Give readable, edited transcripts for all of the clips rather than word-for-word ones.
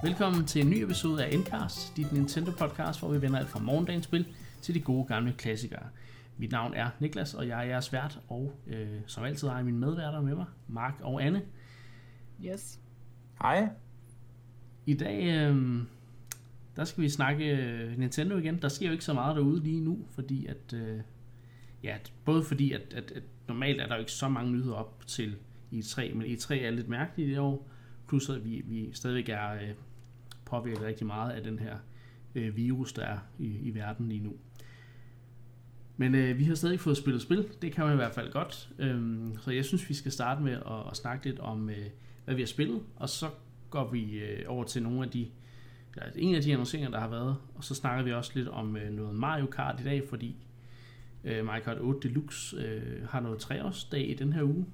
Velkommen til en ny episode af Endcast, dit Nintendo-podcast, hvor vi vender alt fra morgendagens spil til de gode gamle klassikere. Mit navn er Niklas, og jeg er jeres vært, og som altid har jeg mine medværter med mig, Mark og Anne. Yes. Hej. I dag, der skal vi snakke Nintendo igen. Der sker jo ikke så meget derude lige nu, fordi at, både fordi at normalt er der jo ikke så mange nyheder op til E3, men E3 er lidt mærkeligt i år, plus at vi stadigvæk er påvirket rigtig meget af den her virus, der er i verden lige nu. Men vi har stadig fået spillet spil, det kan man i hvert fald godt. Så jeg synes, vi skal starte med at snakke lidt om, hvad vi har spillet, og så går vi over til nogle af en af de annonceringer, der har været, og så snakker vi også lidt om noget Mario Kart i dag, fordi Mario Kart 8 Deluxe har noget 3-årsdag i den her uge.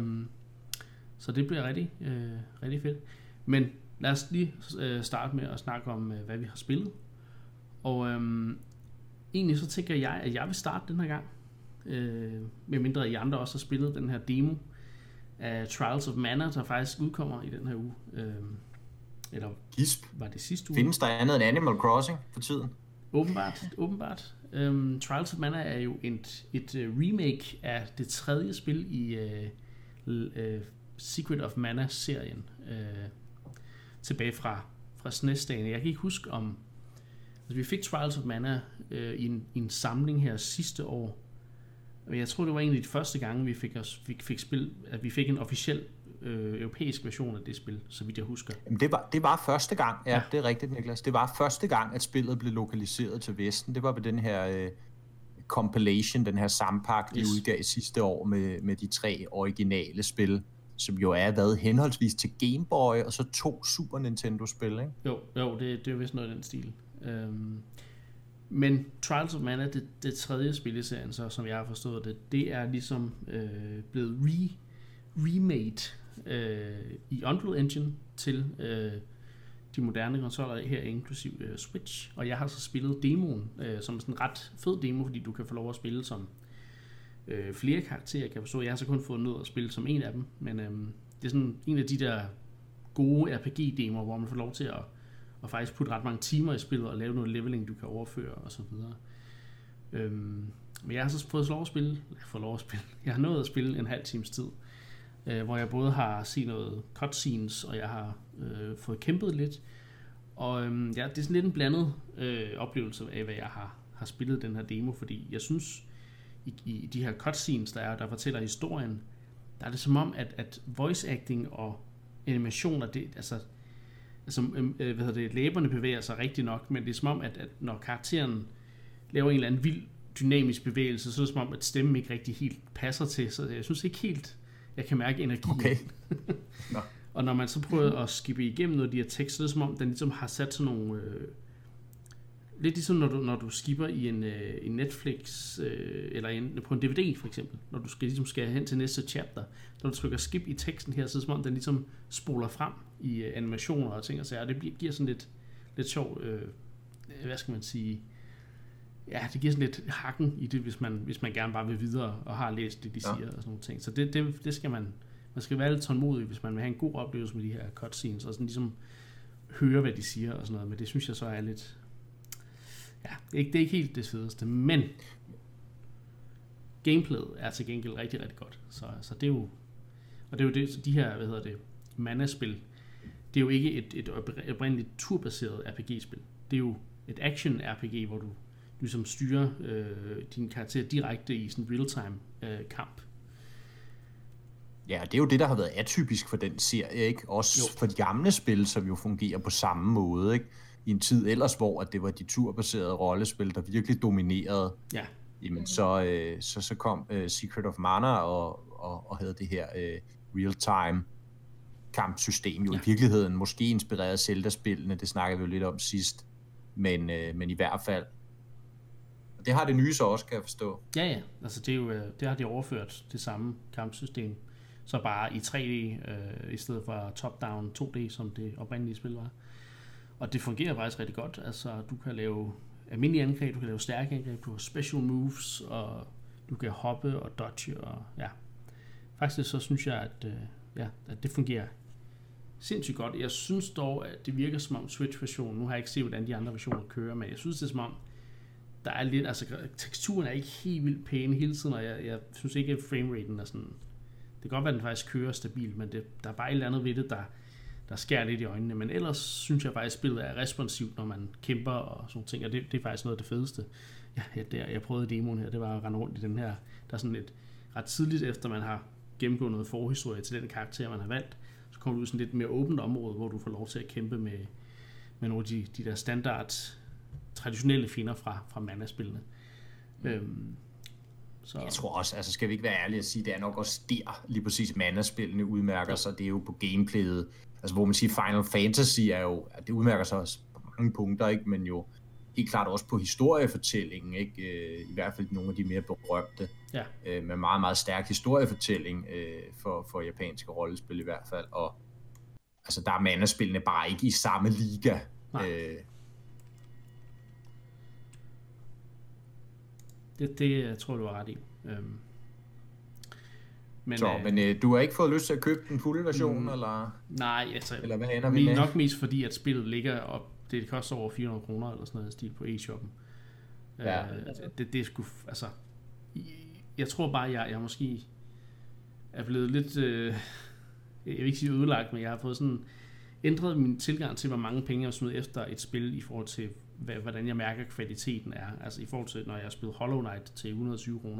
Så det bliver rigtig fedt. Men lad os lige starte med at snakke om, hvad vi har spillet. Og egentlig så tænker jeg, at jeg vil starte den her gang. Med mindre I andre også har spillet den her demo af Trials of Mana, der faktisk udkommer i den her uge. Eller var det sidste uge? Findes der andet end Animal Crossing for tiden? Åbenbart. Trials of Mana er jo et remake af det tredje spil i Secret of Mana-serien. Tilbage fra SNES-dagen. Jeg kan ikke huske om... Altså, vi fik Trials of Mana i en samling her sidste år. Og jeg tror, det var egentlig det første gang, vi fik spil, at vi fik en officiel europæisk version af det spil, så vidt jeg husker. Jamen det var første gang, ja, det er rigtigt, Niklas. Det var første gang, at spillet blev lokaliseret til Vesten. Det var ved den her compilation, den her sampakt, de udgav sidste år med de 3 originale spil, som jo er været henholdsvis til Game Boy og så 2 Super Nintendo-spil, ikke? Jo, det er jo vist noget af den stil. Men Trials of Mana, det tredje spil i serien, så, som jeg har forstået det er ligesom blevet remade i Unreal Engine til de moderne konsoller her, inklusiv Switch. Og jeg har så spillet demoen, som sådan en ret fed demo, fordi du kan få lov at spille som flere karakterer, kan jeg forstå. Jeg har så kun fået nødt at spille som en af dem, men det er sådan en af de der gode RPG-demoer, hvor man får lov til at faktisk putte ret mange timer i spillet og lave noget leveling, du kan overføre og så videre. Men jeg har så fået lov at spille. Jeg har nået at spille en halv times tid, hvor jeg både har set noget cutscenes, og jeg har fået kæmpet lidt. Og det er sådan lidt en blandet oplevelse af, hvad jeg har spillet den her demo, fordi jeg synes, i de her cutscenes, der fortæller historien, der er det som om, at voice acting og animationer, læberne bevæger sig rigtig nok, men det er som om, at når karakteren laver en eller anden vild dynamisk bevægelse, så er det som om, at stemmen ikke rigtig helt passer til, så jeg synes ikke helt, jeg kan mærke energien. Okay. No. Og når man så prøver at skippe igennem noget af de her tekster, så er det som om, den ligesom har sat sådan nogle... lidt ligesom når du skipper i en Netflix, eller på en DVD for eksempel, når du skal hen til næste chapter, når du trykker skip i teksten her, så er det som om, den ligesom spoler frem i animationer og ting og sager, og det giver sådan lidt sjov, hvad skal man sige, ja, det giver sådan lidt hakken i det, hvis man gerne bare vil videre og har læst det, de siger og sådan nogle ting. Så det skal man skal være lidt tålmodig, hvis man vil have en god oplevelse med de her cutscenes, og sådan ligesom høre, hvad de siger og sådan noget, men det synes jeg så er lidt... Ja, det er ikke helt det fedeste, men gameplayet er til gengæld rigtig, rigtig godt. Så det er jo... Og det er jo det, de her, Mana-spil, det er jo ikke et oprindeligt turbaseret RPG-spil. Det er jo et action-RPG, hvor du ligesom styrer din karakter direkte i sådan en real-time kamp. Ja, det er jo det, der har været atypisk for den serie, ikke? Også for de gamle spil, som jo fungerer på samme måde, ikke? I en tid ellers, hvor at det var de turbaserede rollespil, der virkelig dominerede. Ja. Jamen så kom Secret of Mana og havde det her real-time kampsystem, jo i virkeligheden måske inspireret af Zelda-spillene, det snakkede vi jo lidt om sidst, men i hvert fald. Og det har det nye så også, kan jeg forstå. Ja, altså det er jo, det har de overført det samme kampsystem, så bare i 3D i stedet for top-down 2D, som det oprindelige spil var. Og det fungerer faktisk rigtig godt. Altså, du kan lave almindelige angreb, du kan lave stærke angreb, du har special moves, og du kan hoppe og dodge, og ja. Faktisk så synes jeg, at det fungerer sindssygt godt. Jeg synes dog, at det virker som om Switch-versionen, nu har jeg ikke set, hvordan de andre versioner kører, men jeg synes, det er som om, der er lidt, altså teksturen er ikke helt vildt pæn hele tiden, og jeg synes ikke, at frameraten er sådan, det kan godt være, at den faktisk kører stabilt, men der er bare et eller andet ved det, der skærer lidt i øjnene, men ellers synes jeg faktisk, at spillet er responsivt, når man kæmper og sådan ting, og det er faktisk noget af det fedeste. Jeg prøvede demoen her, det var at rende rundt i den her, der er sådan lidt ret tidligt efter, man har gennemgået noget forhistorie til den karakter, man har valgt, så kommer du ud i sådan lidt mere åbent område, hvor du får lov til at kæmpe med nogle af de der standard, traditionelle fjender fra mana-spillene. Så. Jeg tror også, altså skal vi ikke være ærlige at sige, det er nok også der, lige præcis mana-spillene udmærker sig, det er jo på gameplayet, altså hvor man siger Final Fantasy er jo, det udmærker sig også på mange punkter, ikke, men jo helt klart også på historiefortællingen, ikke, i hvert fald nogle af de mere berømte, med meget, meget stærk historiefortælling for japanske rollespil i hvert fald, og altså der er mana-spillene bare ikke i samme liga. Det tror jeg, du har ret i. Men du har ikke fået lyst til at købe den fulde version, eller? Nej, altså, eller hvad ender vi med? Nok mest fordi, at spillet ligger op, det koster over 400 kroner eller sådan noget stil på e-shoppen. Det er sgu, altså, jeg tror bare, jeg måske er blevet lidt, jeg vil ikke sige ødelagt, men jeg har fået sådan ændret min tilgang til, hvor mange penge jeg har smidt efter et spil i forhold til, hvordan jeg mærker kvaliteten er. Altså i forhold til, når jeg har spillet Hollow Knight til 120 kroner,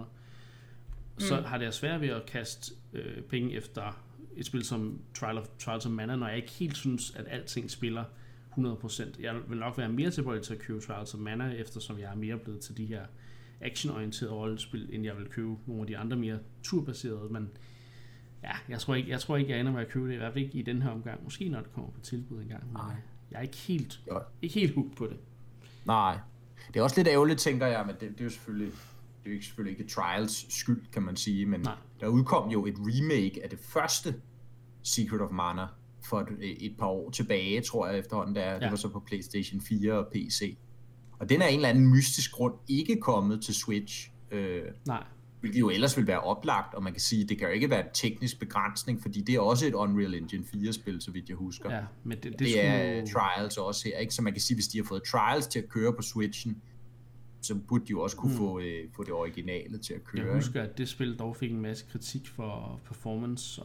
så har det svært ved at kaste penge efter et spil som Trials of Mana, når jeg ikke helt synes, at alting spiller 100%. Jeg vil nok være mere tilbøjelig til at købe Trials of Mana, eftersom jeg er mere blevet til de her actionorienterede rollespil, end jeg vil købe nogle af de andre mere turbaserede, men ja, jeg tror ikke, jeg ender med at købe det, i hvert fald ikke i den her omgang. Måske når det kommer på tilbud en gang, men jeg er ikke helt hooked på det. Nej, det er også lidt ærgerligt, tænker jeg, men det er jo selvfølgelig, selvfølgelig ikke Trials skyld, kan man sige, men der udkom jo et remake af det første Secret of Mana for et par år tilbage, tror jeg efterhånden, det var så på PlayStation 4 og PC. Og den er en eller anden mystisk grund ikke kommet til Switch. Hvilket jo ellers vil være oplagt, og man kan sige, det kan jo ikke være en teknisk begrænsning, fordi det er også et Unreal Engine 4-spil, så vidt jeg husker. Ja, men det er Trials også her, ikke? Så man kan sige, hvis de har fået Trials til at køre på Switchen, så burde de jo også kunne få det originale til at køre. Jeg husker, at det spil dog fik en masse kritik for performance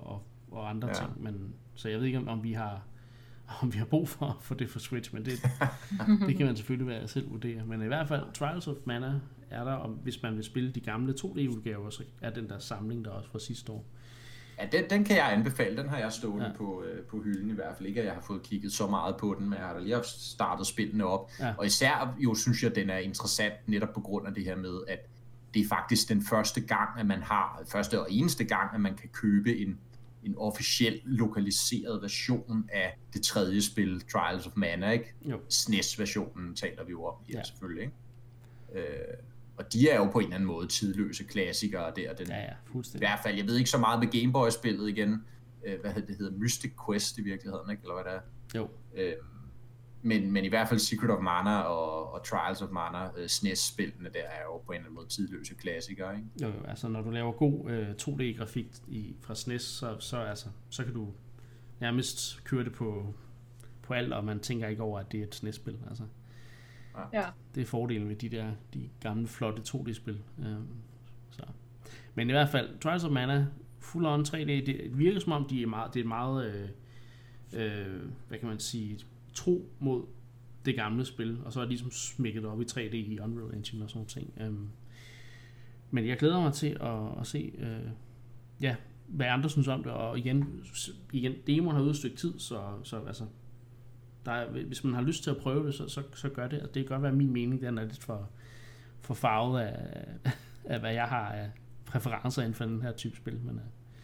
og andre ting, men så jeg ved ikke, om vi har brug for det for Switch, men det kan man selvfølgelig være selv vurdere. Men i hvert fald, Trials of Mana er der, og hvis man vil spille de gamle 2D-udgaver, så er den der samling der også fra sidste år. Ja, den kan jeg anbefale. Den har jeg stående på hylden i hvert fald. Ikke at jeg har fået kigget så meget på den, men jeg har da lige startet spillene op. Ja. Og især jo synes jeg, den er interessant netop på grund af det her med, at det er faktisk den første og eneste gang, at man kan købe en officiel lokaliseret version af det tredje spil, Trials of Mana, ikke? SNES-versionen taler vi jo om her selvfølgelig, ikke? Og de er jo på en eller anden måde tidløse klassikere der. Fuldstændig. I hvert fald, jeg ved ikke så meget med Game Boy-spillet igen. Hvad det hedder? Mystic Quest i virkeligheden, ikke? Eller hvad det er? Jo. Men i hvert fald Secret of Mana og Trials of Mana, SNES-spillene der er jo på en eller anden måde tidløse klassikere, ikke? Jo, altså når du laver god 2D-grafik fra SNES, så kan du nærmest køre det på alt, og man tænker ikke over, at det er et SNES-spil, altså. Ja. Det er fordelen ved de gamle, flotte 2D-spil. Så. Men i hvert fald, Trials of Mana, full on 3D, det virker som om, det er meget, hvad kan man sige, tro mod det gamle spil, og så er de ligesom smækket op i 3D i Unreal Engine og sådan ting. Men jeg glæder mig til at se, hvad andre synes om det, og igen demoen har ude et stykke tid, så altså, hvis man har lyst til at prøve det, så gør det. Og det kan godt være min mening, den er lidt for farvet af hvad jeg har af præferencer inden for den her type spil, men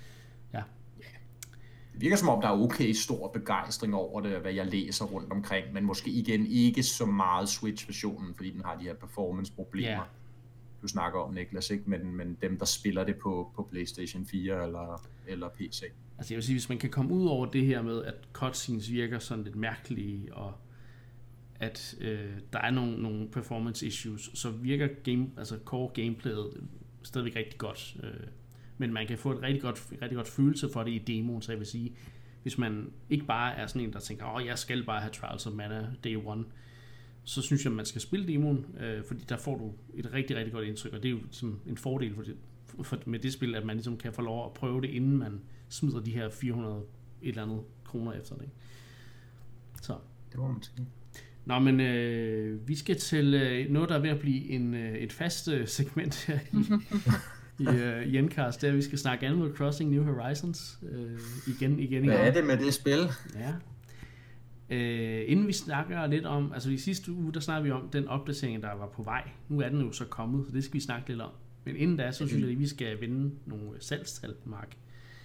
Det virker som om, der er okay stor begejstring over det, hvad jeg læser rundt omkring, men måske igen ikke så meget Switch-versionen, fordi den har de her performance-problemer, du snakker om, Niklas, ikke? Men dem, der spiller det på PlayStation 4 eller PC. Altså jeg vil sige, hvis man kan komme ud over det her med, at cutscenes virker sådan lidt mærkelige, og at der er nogle performance issues, så virker core gameplayet stadigvæk rigtig godt. Men man kan få et rigtig godt følelse for det i demoen, så jeg vil sige, hvis man ikke bare er sådan en, der tænker, jeg skal bare have Trials of Mana Day 1, så synes jeg, at man skal spille demoen, fordi der får du et rigtig, rigtig godt indtryk, og det er jo sådan en fordel med det spil, at man ligesom kan få lov at prøve det, inden man smider de her 400 et eller andet kroner efter det. Så. Det må man sige. Nå, men vi skal til noget, der er ved at blive et fast segment her i Endcast, der vi skal snakke Animal Crossing New Horizons igen. Hvad er det med det spil? Ja. Inden vi snakker lidt om, altså i sidste uge, der snakkede vi om den opdatering, der var på vej. Nu er den jo så kommet, så det skal vi snakke lidt om. Men inden da, så synes jeg, at vi skal vinde nogle salgstal, Mark.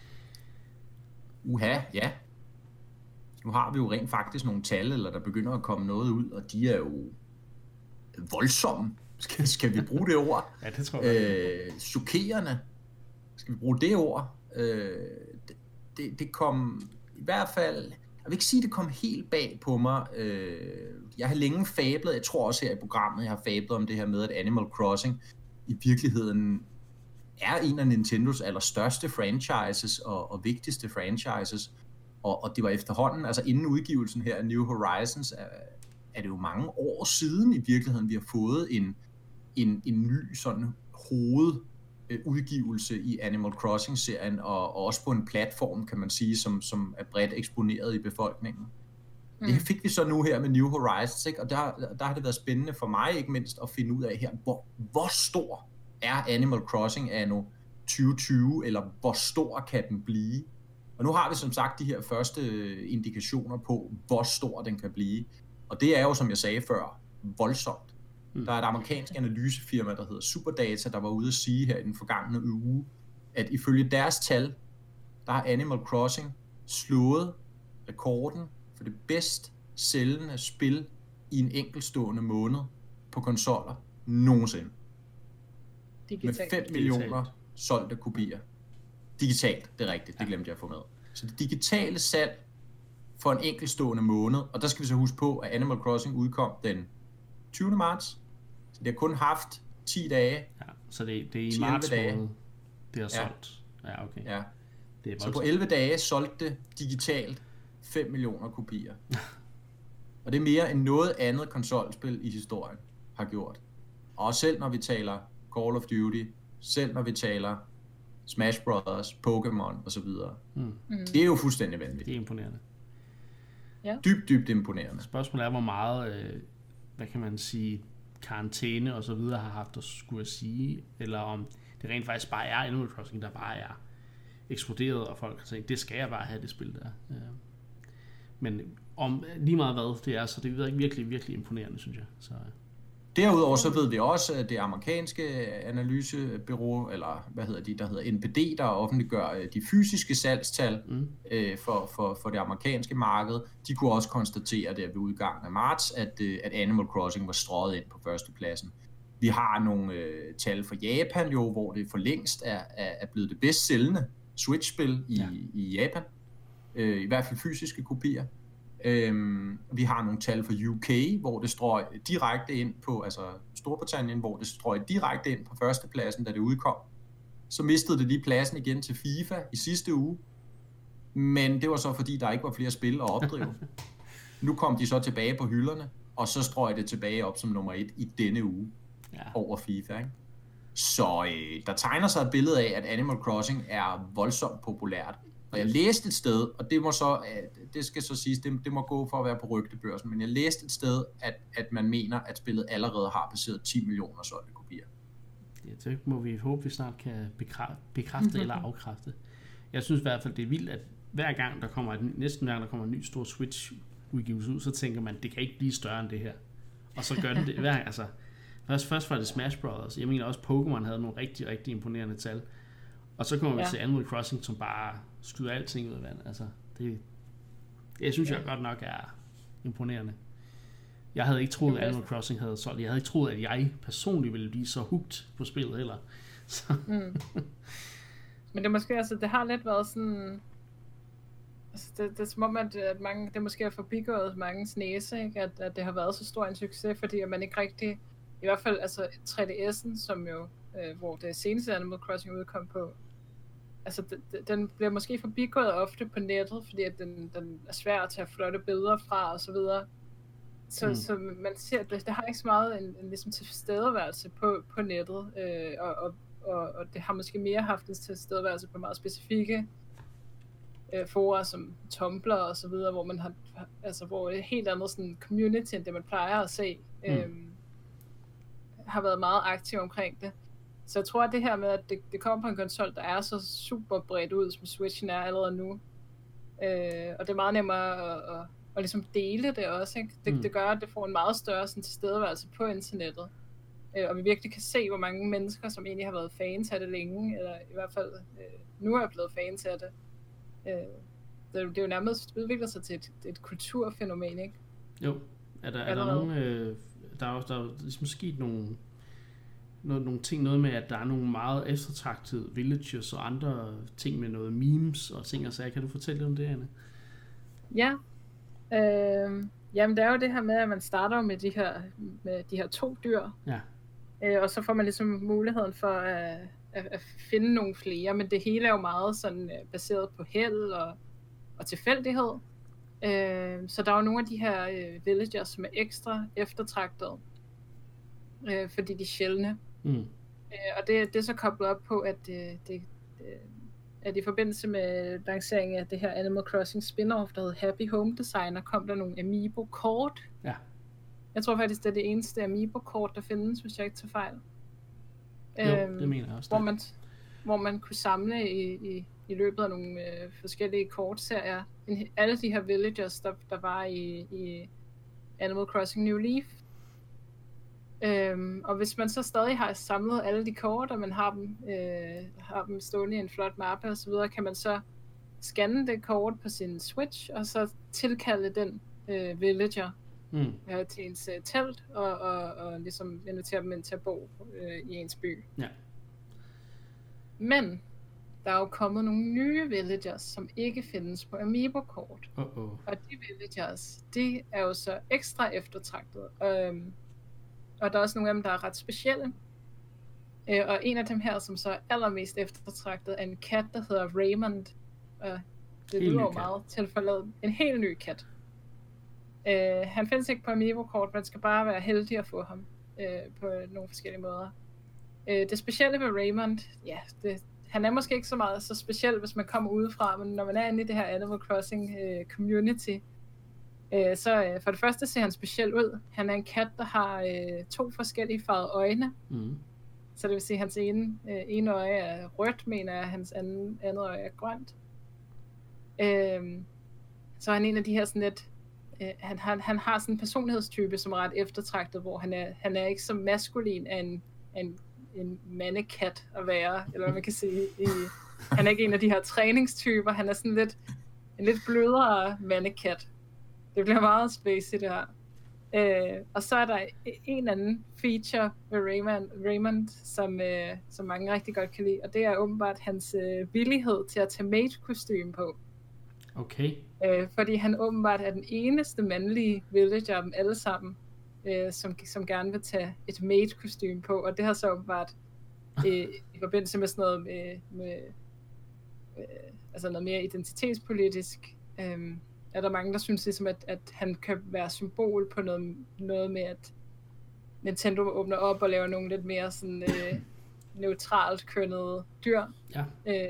Ja. Nu har vi jo rent faktisk nogle tal, eller der begynder at komme noget ud, og de er jo voldsomme. Skal vi bruge det ord? Ja, det tror jeg. Chokerende. Skal vi bruge det ord? Det kom i hvert fald... Jeg vil ikke sige, at det kom helt bag på mig. Jeg har længe fablet, jeg tror også her i programmet, jeg har fablet om det her med, at Animal Crossing i virkeligheden er en af Nintendos allerstørste franchises og vigtigste franchises. Og det var efterhånden, altså inden udgivelsen her af New Horizons, er det jo mange år siden i virkeligheden, vi har fået en ny sådan hovedudgivelse i Animal Crossing-serien, og også på en platform, kan man sige, som er bredt eksponeret i befolkningen. Det fik vi så nu her med New Horizons, ikke? Og der har det været spændende for mig, ikke mindst, at finde ud af her, hvor stor er Animal Crossing anno 2020, eller hvor stor kan den blive? Og nu har vi som sagt de her første indikationer på, hvor stor den kan blive. Og det er jo, som jeg sagde før, voldsomt. Der er et amerikansk analysefirma, der hedder Superdata, der var ude at sige her i den forgangne uge, at ifølge deres tal, der har Animal Crossing slået rekorden for det bedst sælgende spil i en enkeltstående måned på konsoller nogensinde. Digitalt. Med 5 millioner solgte kopier. Digitalt, det er rigtigt, det glemte jeg at få med. Så det digitale salg for en enkeltstående måned, og der skal vi så huske på, at Animal Crossing udkom den 20. marts, så det har kun haft 10 dage. Ja, så det er i marts måned, det har solgt. Ja, okay. Ja. Det er så på 11 dage solgte det digitalt 5 millioner kopier. Og det er mere end noget andet konsolspil i historien har gjort. Og selv når vi taler Call of Duty, selv når vi taler Smash Brothers, Pokémon og så videre. Det er jo fuldstændig vanvittigt. Det er imponerende. Ja. Dybt imponerende. Spørgsmålet er, hvor meget, hvad kan man sige, karantæne og så videre har haft at skulle sige, eller om det rent faktisk bare er Animal Crossing, der bare er eksploderet, og folk har tænkt, det skal jeg bare have, det spil der. Men om lige meget hvad det er, så det er virkelig, virkelig imponerende, synes jeg. Så. Derudover så ved vi også, at det amerikanske analysebureau, eller hvad hedder de, der hedder NPD, der offentliggør de fysiske salgstal for det amerikanske marked, de kunne også konstatere der ved udgangen af marts, at Animal Crossing var strøget ind på førstepladsen. Vi har nogle tal fra Japan jo, hvor det for længst er blevet det bedst sælgende Switch-spil i Japan. I hvert fald fysiske kopier. Vi har nogle tal for UK, hvor det strøg direkte ind på, altså Storbritannien, hvor det strøg direkte ind på førstepladsen, da det udkom. Så mistede det lige pladsen igen til FIFA i sidste uge, men det var så fordi, der ikke var flere spil at opdrive. Nu kom de så tilbage på hylderne, og så strøg det tilbage op som nummer 1 i denne uge over FIFA. Ikke? Så der tegner sig et billede af, at Animal Crossing er voldsomt populært. Og jeg læste et sted, og det skal så siges, det må gå for at være på rygtebørsen, men jeg læste et sted, at man mener, at spillet allerede har passeret 10 millioner solgte kopier. Ja, det må vi håbe, vi snart kan bekræfte eller afkræfte. Jeg synes i hvert fald, det er vildt, at næsten hver gang der kommer en ny stor Switch-udgivelse ud, så tænker man, det kan ikke blive større end det her. Og så gør den det hver gang. Altså, først var det Smash Brothers. Jeg mener også, Pokémon havde nogle rigtig, rigtig imponerende tal. Og så kommer vi til Animal Crossing, som bare skyder alting ud af vandet. Altså, det synes jeg godt nok er imponerende. Jeg havde ikke troet, at Animal Crossing havde solgt. Jeg havde ikke troet, at jeg personligt ville blive så hooked på spillet heller. Så. Men det er måske, altså, det har lidt været sådan... Altså, det er som om, at mange, det måske er forbigået manges næse, ikke? At det har været så stor en succes, fordi at man ikke rigtig... I hvert fald, altså 3DS'en, som jo... hvor det seneste Animal Crossing udkom på, altså den bliver måske forbigået ofte på nettet, fordi at den er svær at tage flotte billeder fra og så videre. Så man ser, at det har ikke så meget en ligesom tilstedeværelse på nettet, og det har måske mere haft en tilstedeværelse på meget specifikke fora som Tumblr og så videre, hvor man har, altså hvor et helt andet sådan community end det man plejer at se, har været meget aktiv omkring det. Så jeg tror, at det her med, at det kommer på en konsol, der er så super bredt ud, som Switchen er allerede nu, og det er meget nemmere at ligesom dele det også, ikke? Det gør, at det får en meget større sådan, tilstedeværelse på internettet, og vi virkelig kan se, hvor mange mennesker, som egentlig har været fans af det længe, eller i hvert fald nu er blevet fans af det. Det er jo nærmest udviklet sig til et kulturfænomen, ikke? Jo. Er der nogen... der er ligesom sket nogle ting, noget med, at der er nogle meget eftertragtede villagers og andre ting med noget memes og ting og sager. Kan du fortælle lidt om det, Anne? Ja. Jamen, det er jo det her med, at man starter med de her 2 dyr. Ja. Og så får man ligesom muligheden for at finde nogle flere, men det hele er jo meget sådan baseret på held og tilfældighed. Så der er jo nogle af de her villagers, som er ekstra eftertragtede, fordi de er sjældne. Og det er så koblet op på, at at i forbindelse med lanceringen af det her Animal Crossing spin-off, der hed Happy Home Designer, kom der nogle Amiibo-kort. Ja. Jeg tror faktisk, det er det eneste Amiibo-kort, der findes, hvis jeg ikke tager fejl. Jo, det mener jeg også. Hvor man kunne samle i løbet af nogle forskellige kortserier alle de her villagers, der var i Animal Crossing New Leaf. Og hvis man så stadig har samlet alle de kort, og man har dem stående i en flot mappe og så videre, kan man så scanne det kort på sin Switch, og så tilkalde den villager til ens telt, og ligesom invitere dem ind til at bo i ens by. Ja. Men der er jo kommet nogle nye villagers, som ikke findes på Amiibo-kort. Og de villagers, de er jo så ekstra eftertragtede. Og der er også nogle af dem, der er ret specielle. Og en af dem her, som så er allermest eftertragtet, er en kat, der hedder Raymond. Og det lyder jo meget tilforladet. En helt ny kat. Han findes ikke på Amiibo-kort, man skal bare være heldig at få ham på nogle forskellige måder. Det specielle ved Raymond, ja, han er måske ikke så speciel, hvis man kommer udefra, men når man er inde i det her Animal Crossing community, så for det første ser han speciel ud. Han er en kat, der har 2 forskellige farvede øjne. Så det vil sige, at hans ene øje er rødt, mener jeg, hans andet øje er grønt. Så han er en af de her sådan lidt... Han har sådan en personlighedstype, som er ret eftertragtet, hvor han er ikke så maskulin af en mandekat at være, eller hvad man kan sige. Han er ikke en af de her træningstyper, han er sådan en lidt blødere mandekat. Det bliver meget spacey det her. Og så er der en anden feature ved Raymond som mange rigtig godt kan lide, og det er åbenbart hans villighed til at tage mage-kostyme på. Okay. Fordi han åbenbart er den eneste mandlige villager af dem alle sammen, som gerne vil tage et mage-kostyme på, og det har så åbenbart i forbindelse med sådan noget med altså noget mere identitetspolitisk, er der mange, der synes ligesom, at han kan være symbol på noget med, at Nintendo åbner op og laver nogle lidt mere sådan neutralt kønnede dyr. Ja.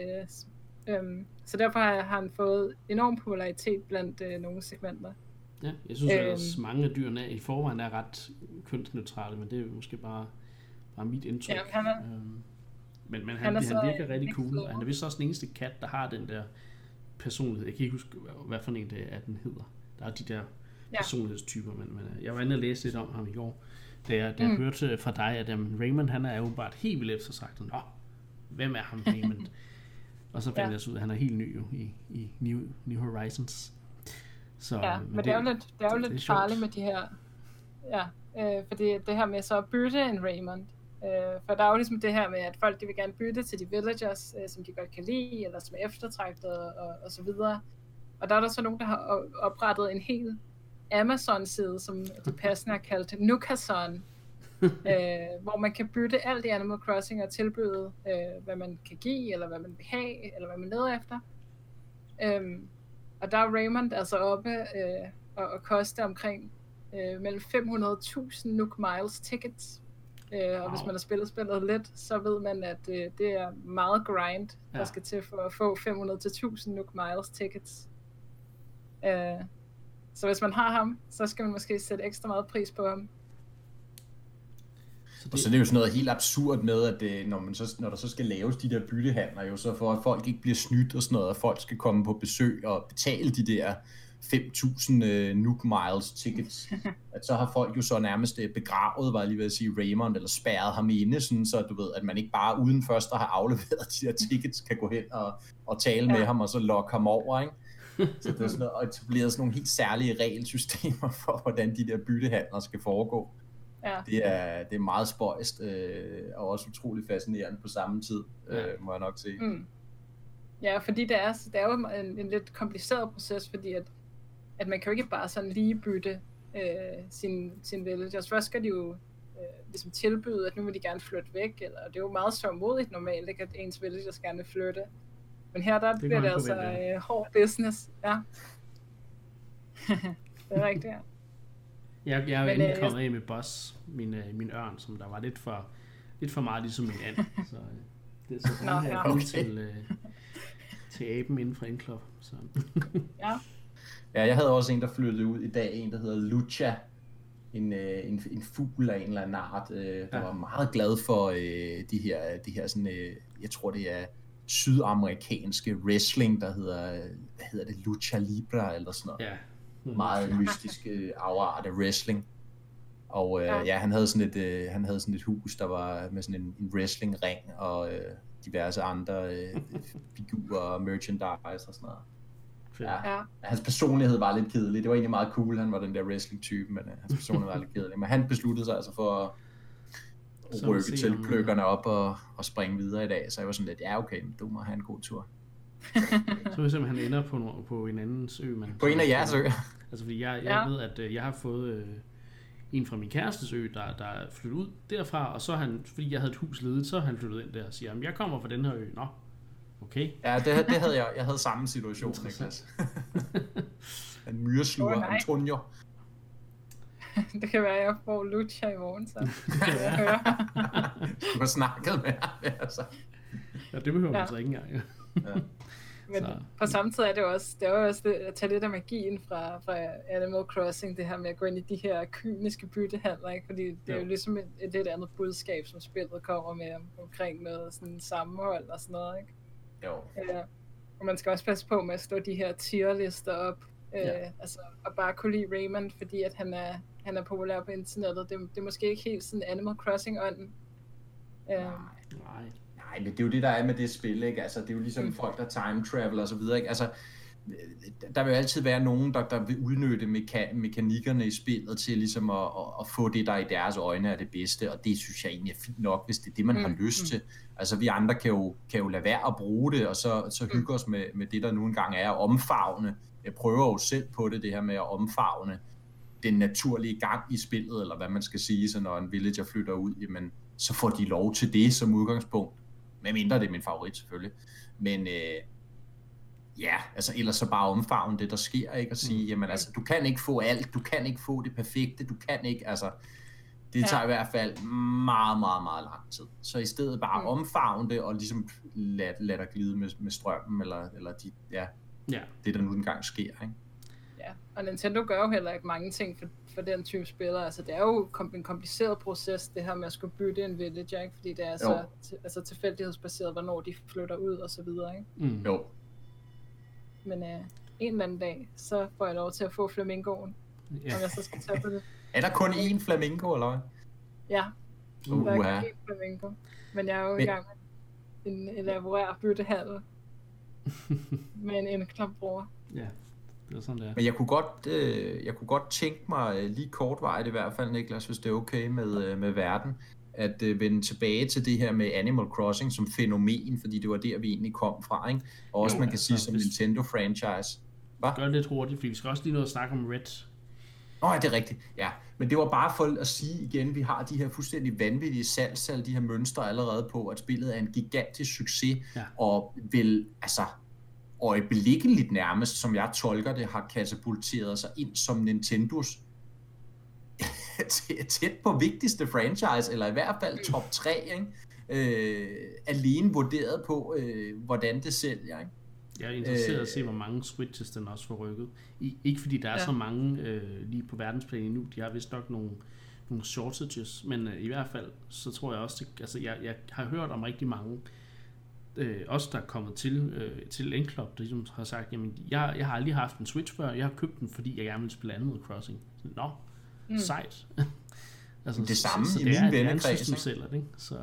Så derfor har han fået enorm popularitet blandt nogle segmenter. Ja, jeg synes at mange af dyrene i forvejen er ret kønsneutrale, men det er måske bare mit indtryk. Ja, men han virker rigtig cool, og han er vist også den eneste kat, der har den der personlighed. Jeg kan ikke huske, hvad for en det er, den hedder. Der er de der personlighedstyper, men jeg var inde og læse lidt om ham i går, da jeg hørte fra dig, at Raymond, han er åbenbart helt vildt eftersagt. Nå, hvem er ham Raymond? Og så fandt jeg ud, at han er helt ny jo, i New Horizons. Så, ja, men det er jo lidt farligt med de her, fordi det her med så at bytte en Raymond, for der er jo ligesom det her med, at folk de vil gerne bytte til de villagers, som de godt kan lide, eller som er eftertragtede og så videre. Og der er der så nogen, der har oprettet en hel Amazon-side, som de passende har kaldt Nukason, hvor man kan bytte alt i Animal Crossing og tilbyde, hvad man kan give, eller hvad man vil have, eller hvad man leder efter. Og der er Raymond altså oppe og koster omkring mellem 500.000 Nook Miles tickets. Og hvis man har spillet spillet lidt, så ved man, at det er meget grind, der skal til for at få 500-1000 Nook Miles tickets. Så hvis man har ham, så skal man måske sætte ekstra meget pris på ham. Og så er det jo sådan noget helt absurd med, at når der så skal laves de der byttehandler, jo, så for at folk ikke bliver snydt og sådan noget, at folk skal komme på besøg og betale de der 5.000 Nook Miles tickets, at så har folk jo så nærmest begravet, var jeg lige ved at sige, Raymond, eller spærret ham inde, sådan, så du ved, at man ikke bare uden først at have afleveret de der tickets, kan gå hen og tale med ham, og så lokke ham over, ikke? Så det er sådan noget, og etableret sådan nogle helt særlige regelsystemer for, hvordan de der byttehandler skal foregå. Ja. Det er meget spøjst, og også utrolig fascinerende på samme tid, må jeg nok sige. Ja, fordi det er jo en lidt kompliceret proces, fordi at man kan jo ikke bare sådan lige bytte sin villagers. Først skal de jo ligesom tilbyde, at nu vil de gerne flytte væk, eller det er jo meget sørgmodigt normalt, ikke, at ens villagers gerne vil flytte. Men her der bliver det altså hård business. Ja. Det er rigtigt, ja. Jeg er jo endelig kommet af med Boss, min ørn, som der var lidt for meget ligesom min and. Så det er så til aben inden for Endclub. Så. Ja, jeg havde også en, der flyttede ud i dag, en der hedder Lucha, en fugl af en eller anden art, der var meget glad for de her sådan, jeg tror det er sydamerikanske wrestling, der hedder det Lucha Libre eller sådan noget. Ja. Meget mystisk afart af wrestling. Og han havde sådan et hus, der var med sådan en wrestling ring og diverse andre figurer og merchandise og sådan noget. Ja. Hans personlighed var lidt kedelig. Det var egentlig meget cool, han var den der wrestling-type, men hans personlighed var lidt kedelig. Men han besluttede sig altså for at rykke til pløkkerne op og springe videre i dag. Så jeg var sådan lidt, okay, du må have en god tur. Så hvis han ender på en andens ø. På en af jeres øer. Altså fordi jeg ved, at jeg har fået en fra min kærestes ø, der er flyttet ud derfra, og så fordi jeg havde et hus ledet, så han flyttet ind der og siger, jeg kommer fra den her ø. Nå, okay. Ja, det havde jeg. Jeg havde samme situation, Niklas. En myresluger, Antonio. Det kan være, at jeg får Lucha i morgen, så. Du har snakket med ham, altså. Ja, det behøver man så ikke engang. Ja. Men på samme tid er det er også det, at tage lidt af magien fra Animal Crossing, det her med at gå ind i de her kyniske byttehandler, ikke? Fordi det er jo ligesom et lidt andet budskab, som spillet kommer med omkring noget sådan sammenhold og sådan noget, ikke? Jo. Og man skal også passe på med at stå de her tierlister op, altså at bare kunne lide Raymond, fordi at han er populær på internettet. Det er måske ikke helt sådan Animal Crossing-ånden. Nej, men det er jo det, der er med det spil, ikke? Altså, det er jo ligesom folk, der time travel og så videre, ikke? Altså, der vil altid være nogen, der vil udnytte mekanikkerne i spillet til ligesom at få det, der i deres øjne er det bedste, og det synes jeg egentlig er fint nok, hvis det er det, man har lyst til. Altså, vi andre kan jo lade være at bruge det, og så hygge os med det, der nu engang er, at omfavne. Jeg prøver jo selv på det her med at omfavne den naturlige gang i spillet, eller hvad man skal sige, så når en villager flytter ud, jamen, så får de lov til det som udgangspunkt. Med mindre det er min favorit selvfølgelig. Men altså ellers så bare omfavne det, der sker, ikke? Og sige, jamen altså, du kan ikke få alt, du kan ikke få det perfekte, du kan ikke, altså, det tager i hvert fald meget, meget, meget lang tid. Så i stedet bare omfavne det, og ligesom lad dig glide med strømmen, eller det, der nu engang sker, ikke? Ja, og Nintendo gør jo heller ikke mange ting for den type spillere. Altså, det er jo en kompliceret proces, det her med at skulle bytte en villager, ikke? Fordi det er så tilfældighedsbaseret, hvornår de flytter ud og så videre, ikke? Jo. Men en eller anden dag, så får jeg lov til at få flamingoen, om jeg så skal tage på det. Er der kun én flamingo, eller hvad? Ja, der er kun én flamingo. Men jeg er jo i gang med en elaboreret byttehandel med en Endclub-bruger. Ja. Men jeg kunne godt tænke mig lige kortvarigt i hvert fald, Niklas, hvis det er okay med verden, at vende tilbage til det her med Animal Crossing som fænomen, fordi det var der, vi egentlig kom fra, ikke? Og også man kan sige som Nintendo-franchise. Gør det lidt hurtigt, fordi vi skal også lige noget at snakke om Red. Ja, det er rigtigt. Ja, Men det var bare for at sige igen, vi har de her fuldstændig vanvittige salgstal, de her mønstre allerede på, at spillet er en gigantisk succes, og vil altså øjeblikkeligt nærmest, som jeg tolker det, har katapulteret sig ind som Nintendos tæt på vigtigste franchise, eller i hvert fald top 3, ikke? Alene vurderet på, hvordan det sælger, ikke? Jeg er interesseret at se, hvor mange Switches den også får rykket. Ikke fordi der er så mange lige på verdensplan endnu. De har vist nok nogle shortages, men i hvert fald, så tror jeg også, jeg har hørt om rigtig mange, også der er kommet til N-Club, der ligesom har sagt, jamen, jeg har aldrig haft en Switch før, jeg har købt den, fordi jeg gerne vil spille Animal Crossing. Sejt. Altså, det samme så i min vennekreds. Det er en system sælger, ikke? Så...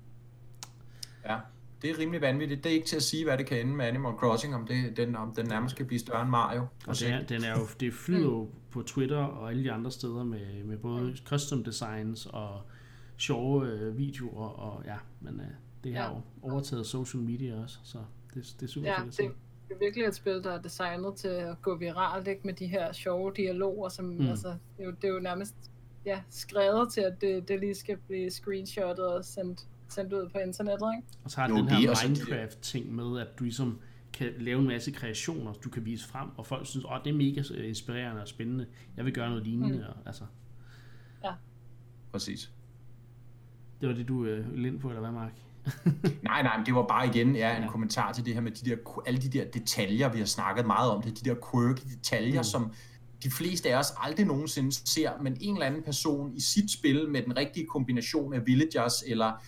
Ja, det er rimelig vanvittigt. Det er ikke til at sige, hvad det kan ende med Animal Crossing, om den nærmest kan blive større end Mario. Og det flyder jo på Twitter og alle de andre steder med både custom designs og sjove videoer, og men det har jo overtaget social media også, så det er super fedt. Det er virkelig et spil, der er designet til at gå viralt, ikke, med de her sjove dialoger, som altså, det er jo nærmest skrevet til, at det lige skal blive screenshottet og sendt ud på internettet, ikke? Og så har den her Minecraft-ting med, at du ligesom kan lave en masse kreationer, du kan vise frem, og folk synes, det er mega inspirerende og spændende. Jeg vil gøre noget lignende. Altså. Ja. Præcis. Det var det, du ville ind på, eller hvad, Mark? nej, men det var bare igen en kommentar til det her med alle de der detaljer, vi har snakket meget om, de der quirky detaljer, som de fleste af os aldrig nogensinde ser, men en eller anden person i sit spil med den rigtige kombination af villagers eller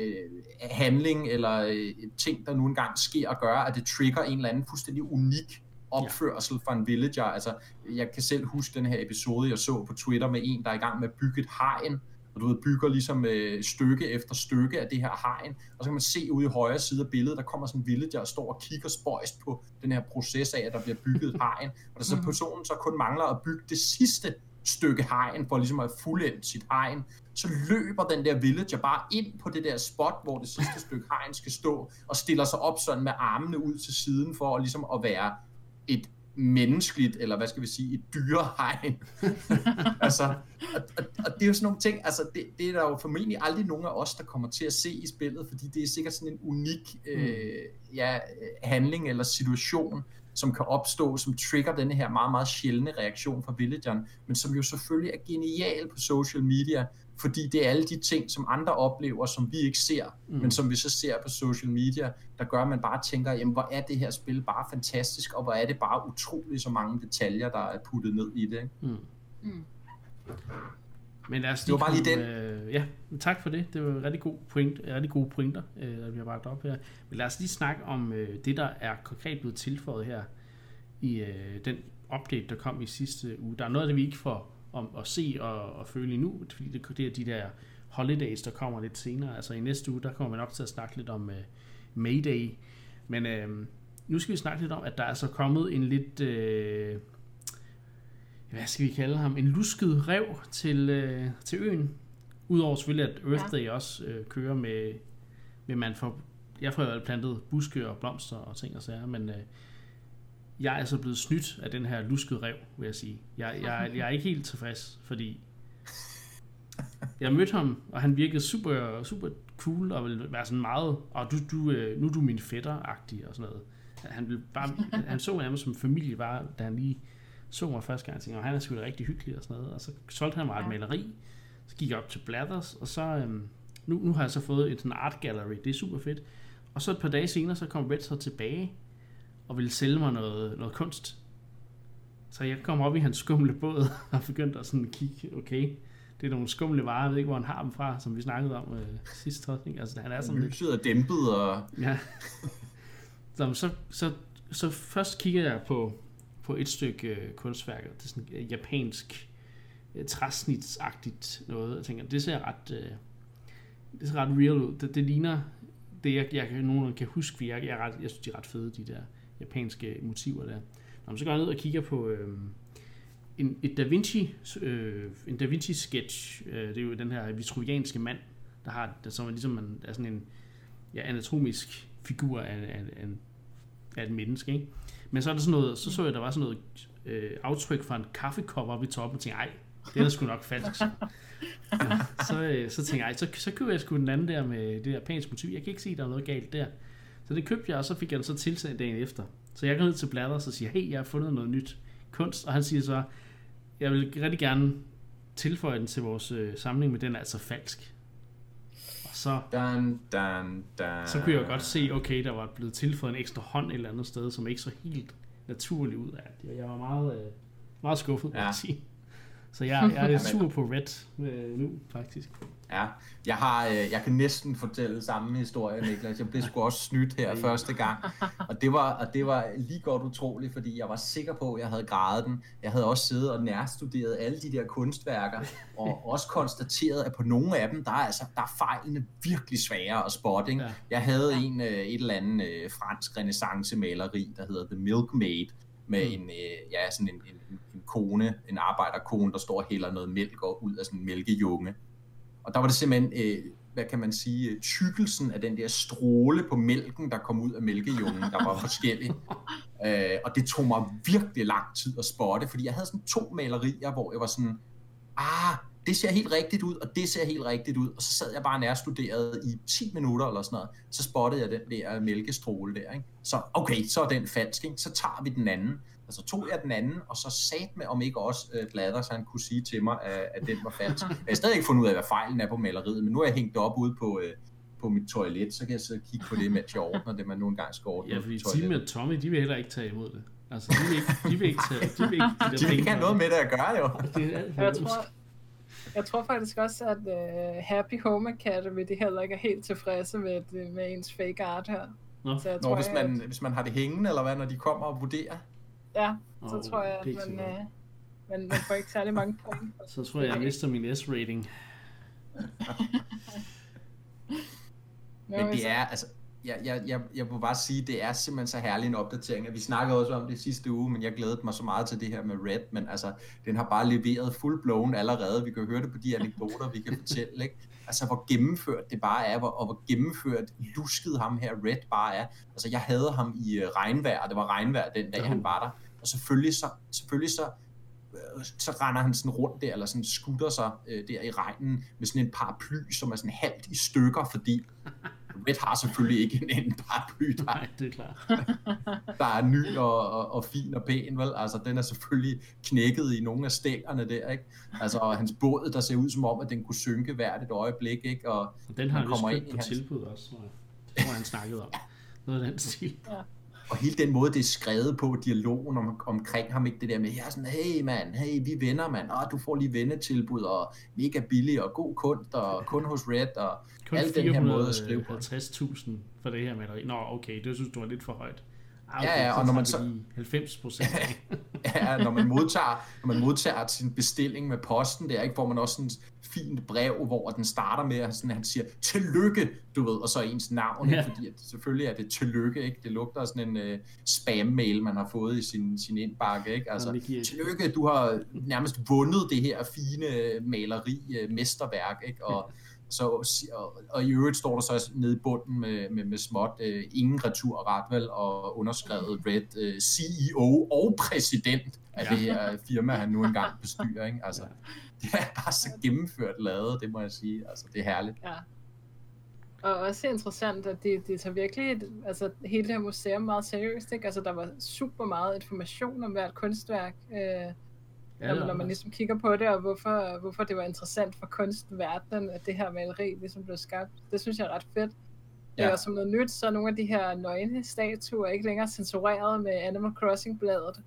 handling eller ting, der nu engang sker og gør, at det trigger en eller anden fuldstændig unik opførsel for en villager. Altså, jeg kan selv huske den her episode, jeg så på Twitter med en, der er i gang med at bygge et hegn, og du ved, bygger ligesom stykke efter stykke af det her hegn, og så kan man se ude i højre side af billedet, der kommer sådan en villager og står og kigger spøjst på den her proces af, at der bliver bygget et hegn, og der så personen så kun mangler at bygge det sidste stykke hegn, for ligesom at fuldendt sit hegn, så løber den der villager bare ind på det der spot, hvor det sidste stykke hegn skal stå, og stiller sig op sådan med armene ud til siden, for ligesom at være et menneskeligt, eller hvad skal vi sige, et dyrehegn. Altså, og det er jo sådan nogle ting, altså det er der jo formentlig aldrig nogen af os, der kommer til at se i spillet, fordi det er sikkert sådan en unik handling eller situation, som kan opstå, som trigger denne her meget, meget sjældne reaktion fra villageren, men som jo selvfølgelig er genial på social media, fordi det er alle de ting, som andre oplever, som vi ikke ser, men som vi så ser på social media, der gør, at man bare tænker, jamen hvor er det her spil bare fantastisk, og hvor er det bare utroligt så mange detaljer, der er puttet ned i det. Ikke? Men lad os det var bare lige den. Tak for det. Det var en rigtig gode pointer, der vi har bragt op her. Men lad os lige snakke om det, der er konkret blevet tilføjet her i den update, der kom i sidste uge. Der er noget af det, vi ikke får om at se og føle endnu, fordi det er de der holidays, der kommer lidt senere. Altså i næste uge, der kommer vi nok til at snakke lidt om Mayday. Men nu skal vi snakke lidt om, at der er så kommet en lidt... hvad skal vi kalde ham? En lusket ræv til øen. Udover selvfølgelig, at Earth Day også kører med man får... Jeg får plantet buske og blomster og ting og sager, men jeg er så blevet snydt af den her luskede ræv, vil jeg sige. Jeg er ikke helt tilfreds, fordi jeg mødte ham, og han virkede super, super cool, og ville være sådan meget, og nu er du min fætter-agtig og sådan noget. Han så nærmest som familie, bare, da han lige så mig første gang, og tænkte, han er sgu da rigtig hyggelig og sådan noget, og så solgte han mig et maleri, så gik jeg op til Blathers, og så nu har jeg så fået et sådan art gallery, det er super fedt, og så et par dage senere, så kom Red så tilbage, og ville sælge mig noget kunst. Så jeg kom op i hans skumle båd, og begyndte at sådan kigge, okay, det er nogle skumle varer, jeg ved ikke, hvor han har dem fra, som vi snakkede om sidst. Altså, han er sådan lidt... Lyset er dæmpet, og... Ja. Så først kigger jeg på et stykke kunstværk, det er sådan japansk træsnitsagtigt noget. Jeg tænker, det ser ret real ud. Det ligner det, jeg nogenlunde kan huske, for jeg synes, de er ret fede, de der japanske motiver der. Så går jeg ned og kigger på en Da Vinci sketch. Det er jo den her vitruvianske mand, som er ligesom er sådan en anatomisk figur af et menneske, ikke? Men så er der sådan noget, så jeg, der var sådan noget aftryk fra en kaffekop oppe i toppen, og tænkte, Det er sgu nok falsk. Så tænkte jeg, så køber jeg sgu den anden der med det japanske motiv. Jeg kan ikke se, at der er noget galt der. Så det købte jeg, og så fik jeg den så tilsendt dagen efter. Så jeg går ned til Blathers og siger, hey, jeg har fundet noget nyt kunst. Og han siger så, jeg vil rigtig gerne tilføje den til vores samling, men den er altså falsk. Og så kunne jeg godt se, okay, der var blevet tilføjet en ekstra hånd et eller andet sted, som ikke så helt naturligt ud af det. Jeg var meget skuffet, må jeg sige. Så jeg er lidt sur på Red nu, faktisk. Ja, jeg kan næsten fortælle samme historie, Niklas. Jeg blev sgu også snydt her første gang. Og det var lige godt utroligt, fordi jeg var sikker på, at jeg havde gradet den. Jeg havde også siddet og nærstuderet alle de der kunstværker, og også konstateret, at på nogle af dem, der er fejlene virkelig svære at spotte. Ikke? Ja. Jeg havde et eller andet fransk renæssancemaleri, der hedder The Milkmaid, med en kone, en arbejderkone, der står og hælder noget mælk ud af sådan en mælkejunge. Og der var det simpelthen, hvad kan man sige, tykkelsen af den der stråle på mælken, der kom ud af mælkejungen, der var forskellig. Og det tog mig virkelig lang tid at spotte, fordi jeg havde sådan 2 malerier, hvor jeg var sådan, det ser helt rigtigt ud, og det ser helt rigtigt ud. Og så sad jeg bare nærstuderet i 10 minutter eller sådan noget. Så spottede jeg den der mælkestråle der, ikke? Så okay, så er den falsk, ikke? Så tager vi den anden. Og så tog jeg den anden, og så sat med, om ikke også Blathers, så han kunne sige til mig, at den var falsk. Jeg har stadig ikke fundet ud af, hvad fejlen er på maleriet, men nu er jeg hængt op ude på mit toilet, så kan jeg så kigge på det, mens jeg ordner det, man nu engang skal ordne. Ja, fordi Tim og Tommy, de vil heller ikke tage imod det. Altså, de vil ikke de vil ikke have noget med det at gøre, jo. Jeg tror faktisk også, at Happy Home Academy, de heller ikke er helt tilfredse med ens fake art her. Nå. Så jeg tror, hvis man har det hængende, eller hvad, når de kommer og vurderer? Ja, så tror jeg, at man får ikke særlig mange point. Så tror jeg mister min S-rating. Men det er, altså, jeg må bare sige, det er simpelthen så herlig en opdatering. Vi snakkede også om det sidste uge, men jeg glædede mig så meget til det her med Red, men altså, den har bare leveret full blown allerede. Vi kan høre det på de anekdoter, vi kan fortælle, ikke? Altså, hvor gennemført det bare er, og hvor gennemført lusket ham her Red bare er. Altså, jeg havde ham i regnvejr, og det var regnvejr den dag, han var der. Og selvfølgelig så render han sådan rundt der, eller sådan skutter sig der i regnen med sådan en paraply, som er sådan halvt i stykker, fordi Red har selvfølgelig ikke en paraply, Nej, det er klart. der er ny og fin og pæn, vel? Altså, den er selvfølgelig knækket i nogle af stængerne der, ikke? Altså, og hans båd, der ser ud som om, at den kunne synke hvert et øjeblik, ikke? Og den har han vist købt på tilbud også, tror jeg. Det tror jeg, han snakkede om. Noget af den stil. Ja. Og hele den måde, det er skrevet på, dialogen omkring ham, ikke det der med, jeg er sådan, hey mand, hey, vi venner, mand, du får lige vennetilbud, og mega billig, og god kunst, og kun hos Red, og kun al den her måde at skrive på. 50.000 for det her maleri. Nå, okay, det synes du var lidt for højt. Okay, ja, og når man så 90%. Ja, når man modtager sin bestilling med posten der, ikke, får man også sådan et fint brev, hvor den starter med at han siger tillykke, du ved, og så ens navn, ja. Fordi at selvfølgelig er det tillykke, ikke? Det lugter sådan en spam-mail, man har fået i sin indbakke, ikke? Altså, tillykke, du har nærmest vundet det her fine maleri, mesterværk, ikke? Og i øvrigt står der så nede i bunden med småt ingen returret, vel, og underskrevet Red CEO og præsident af det her firma, han nu engang bestyrer, ikke? Altså, det er bare så gennemført lavet, det må jeg sige. Altså, det er herligt. Ja. Og også interessant, at de tager virkelig hele det her museum meget seriøst, ikke? Altså, der var super meget information om hvert kunstværk, når man ligesom kigger på det, og hvorfor det var interessant for kunstverdenen, at det her maleri ligesom blev skabt. Det synes jeg er ret fedt. Ja. Og som noget nyt, så er nogle af de her nøgne statuer ikke længere censureret med Animal Crossing-bladet.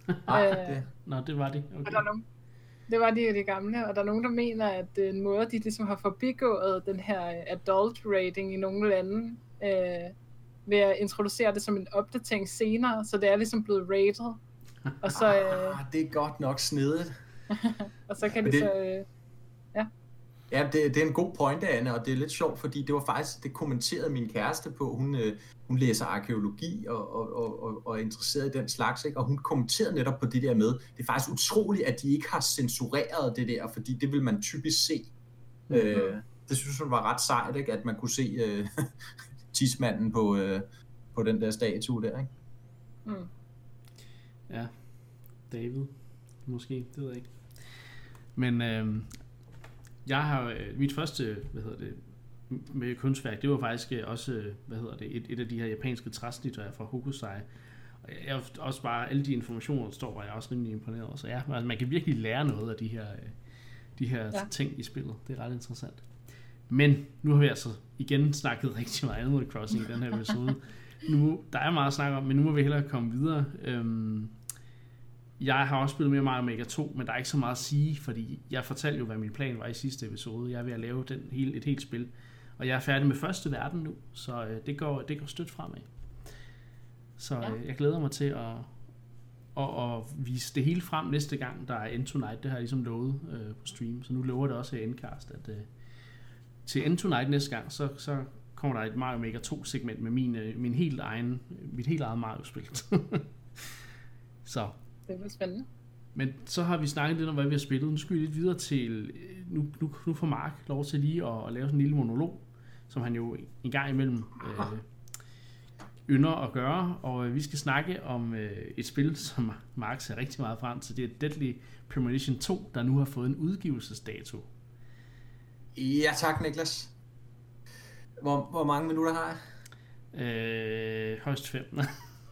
Det var de. Okay. Det var de gamle, og der er nogen, der mener, at en måde, de ligesom har forbigået den her adult rating i nogle lande, ved at introducere det som en opdatering senere, så det er ligesom blevet rated. Og så, det er godt nok snedigt. Og så kan Ja, det er en god pointe, Anne, og det er lidt sjovt, fordi det var faktisk, det kommenterede min kæreste på, hun læser arkæologi og er interesseret i den slags, ikke? Og hun kommenterede netop på det der med, det er faktisk utroligt, at de ikke har censureret det der, fordi det vil man typisk se. Det synes hun var ret sejt, ikke? At man kunne se tidsmanden på den der statue der, ikke? Ja, David, måske, det ved jeg ikke. Men jeg har mit første, med kunstværk, det var faktisk også, et af de her japanske træsnitrer fra Hokusai. Og jeg også bare, alle de informationer, der står, var jeg også rimelig imponeret over. Så ja, man kan virkelig lære noget af de her ting i spillet. Det er ret interessant. Men nu har vi altså igen snakket rigtig meget Animal Crossing i den her episode. Der er meget at snakke om, men nu må vi hellere komme videre. Jeg har også spillet mere Mario Maker 2, men der er ikke så meget at sige, fordi jeg fortalte jo, hvad min plan var i sidste episode. Jeg er ved at lave et helt spil, og jeg er færdig med første verden nu, så det går stødt fremad. Så jeg glæder mig til at vise det hele frem næste gang, der er End Tonight. Det har jeg ligesom lovet på stream, så nu lover det også i Endcast, at til End Tonight næste gang, så kommer der et Mario Maker 2 segment med mit helt eget Mario-spil. Så. Det er spændende. Men så har vi snakket lidt om, hvad vi har spillet. Nu skal vi lidt videre til, nu får Mark lov til lige at lave sådan en lille monolog, som han jo en gang imellem ynder at gøre, og vi skal snakke om et spil, som Mark ser rigtig meget frem til. Det er Deadly Premonition 2, der nu har fået en udgivelsesdato. Ja tak, Niklas. Hvor mange minutter har jeg? Højst 5. Nej.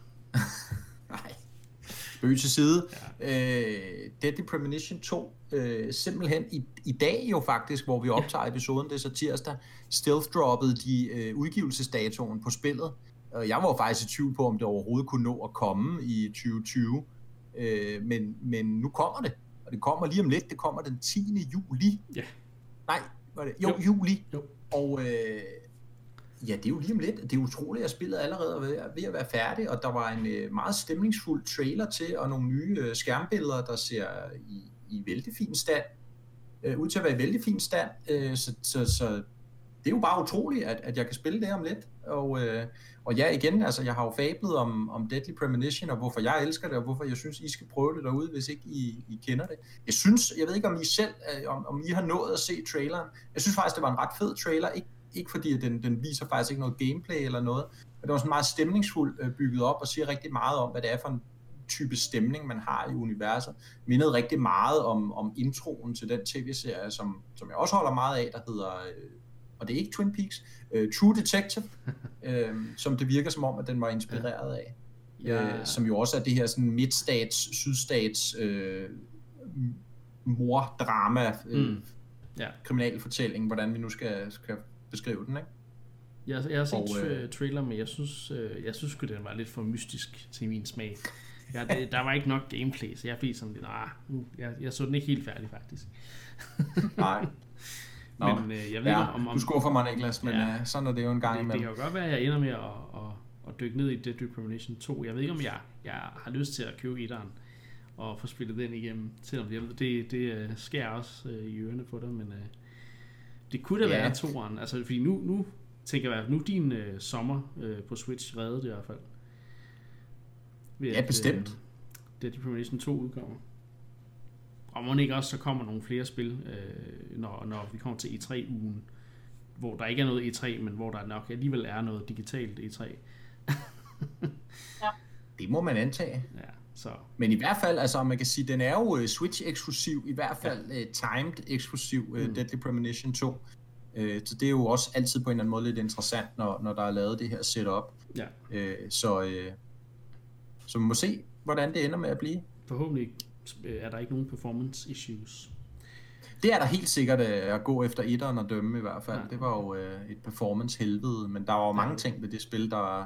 Bøg til side. Ja. Deadly Premonition 2, simpelthen i dag jo faktisk, hvor vi optager episoden, det er så tirsdag, stealth-droppede de udgivelsesdatoen på spillet. Jeg var faktisk i tvivl på, om det overhovedet kunne nå at komme i 2020, men nu kommer det, og det kommer lige om lidt, det kommer den 10. juli. Ja. Nej, var det? Jo, juli. Jo. Og ja, det er jo lige om lidt. Det er utroligt, at spillet allerede er ved at være færdig, og der var en meget stemningsfuld trailer til, og nogle nye skærmbilleder, der ser i vældig fin stand, ud til at være i vældig fin stand. Så det er jo bare utroligt, at jeg kan spille det om lidt. Og ja, igen, altså jeg har jo fablet om Deadly Premonition, og hvorfor jeg elsker det, og hvorfor jeg synes, I skal prøve det derude, hvis ikke I kender det. Jeg ved ikke, om I selv, om I har nået at se traileren. Jeg synes faktisk, det var en ret fed trailer, ikke fordi at den viser faktisk ikke noget gameplay eller noget, men det var sådan meget stemningsfuldt bygget op og siger rigtig meget om, hvad det er for en type stemning, man har i universet. Mindede rigtig meget om introen til den tv-serie, som jeg også holder meget af, der hedder, og det er ikke Twin Peaks, True Detective, som det virker som om, at den var inspireret af. Som jo også er det her sådan midstats, sydstats mordrama, kriminalfortælling, hvordan vi nu skal beskrive den, ikke? Jeg har set trailer, men jeg synes at den var lidt for mystisk til min smag. Der var ikke nok gameplay, så jeg fik sådan lidt, jeg så den ikke helt færdig faktisk. Nej. Men jeg ved om du skuffer mig, Niklas, men sådan er det jo en gang imellem. Det kan jo godt være, at jeg ender med at dykke ned i Deadly Premonition 2. Jeg ved ikke, om jeg har lyst til at købe 1'eren og få spillet den igennem, selvom det skærer også i ørerne på dig, men det kunne da være 2'eren. Altså, fordi nu tænker jeg, nu din sommer på Switch reddet det i hvert fald. Ja, bestemt. Deadly Premonition 2 udkommer. Og må ikke også så kommer nogle flere spil, når vi kommer til E3-ugen, hvor der ikke er noget E3, men hvor der nok alligevel er noget digitalt E3. Det må man antage. Ja, så. Men i hvert fald, altså man kan sige, den er jo Switch-eksklusiv, i hvert fald timed-eksklusiv, Deadly Premonition 2. Så det er jo også altid på en eller anden måde lidt interessant, når der er lavet det her setup. Ja. Så vi må se, hvordan det ender med at blive. Forhåbentlig er der ikke nogen performance issues. Det er der helt sikkert at gå efter 1'eren og dømme i hvert fald. Ja. Det var jo et performance helvede, men der var jo mange ting ved det spil, der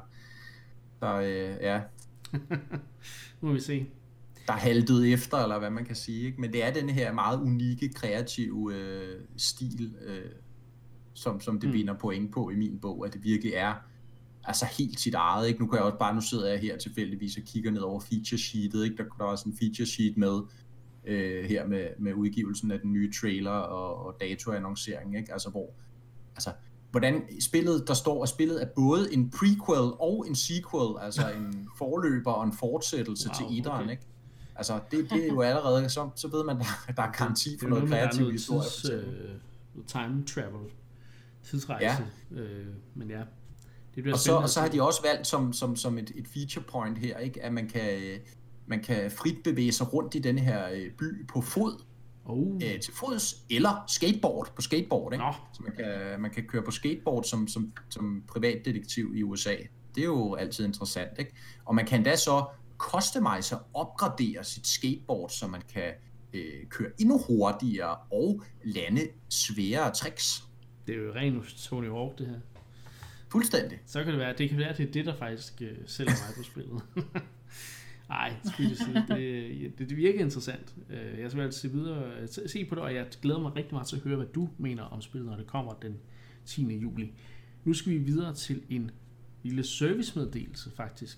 må vi se. Der haltede efter, eller hvad man kan sige, ikke? Men det er den her meget unikke, kreative stil, som det vinder point på i min bog, at det virkelig er altså helt sit eget, ikke? Nu sidder jeg her tilfældigvis og kigger ned over feature sheetet, ikke? Der var sådan en feature sheet med her med udgivelsen af den nye trailer og datoannoncering, ikke? Hvordan spillet, der står, at spillet er både en prequel og en sequel, altså en forløber og en fortsættelse til 1'eren, okay. Ikke? Altså, det er jo allerede, så ved man, der er garanti for noget kreativ historie. Time travel, tidsrejse, men ja. Det bliver og så har de også valgt som et feature point her, ikke? At man kan frit bevæge sig rundt i denne her by på fod, til fods, eller skateboard på skateboard, ikke? Nå. Så man kan køre på skateboard som privatdetektiv i USA. Det er jo altid interessant, ikke? Og man kan da så customize og opgradere sit skateboard, så man kan køre endnu hurtigere og lande sværere tricks. Det er jo rent Tony Hawk, det her. Fuldstændig. Så kan det være, det er det, der faktisk sælger mig på spillet. Nej, skal jeg sige. Det virker interessant. Jeg skal altså se på det, og jeg glæder mig rigtig meget til at høre, hvad du mener om spillet, når det kommer den 10. juli. Nu skal vi videre til en lille servicemeddelelse, faktisk.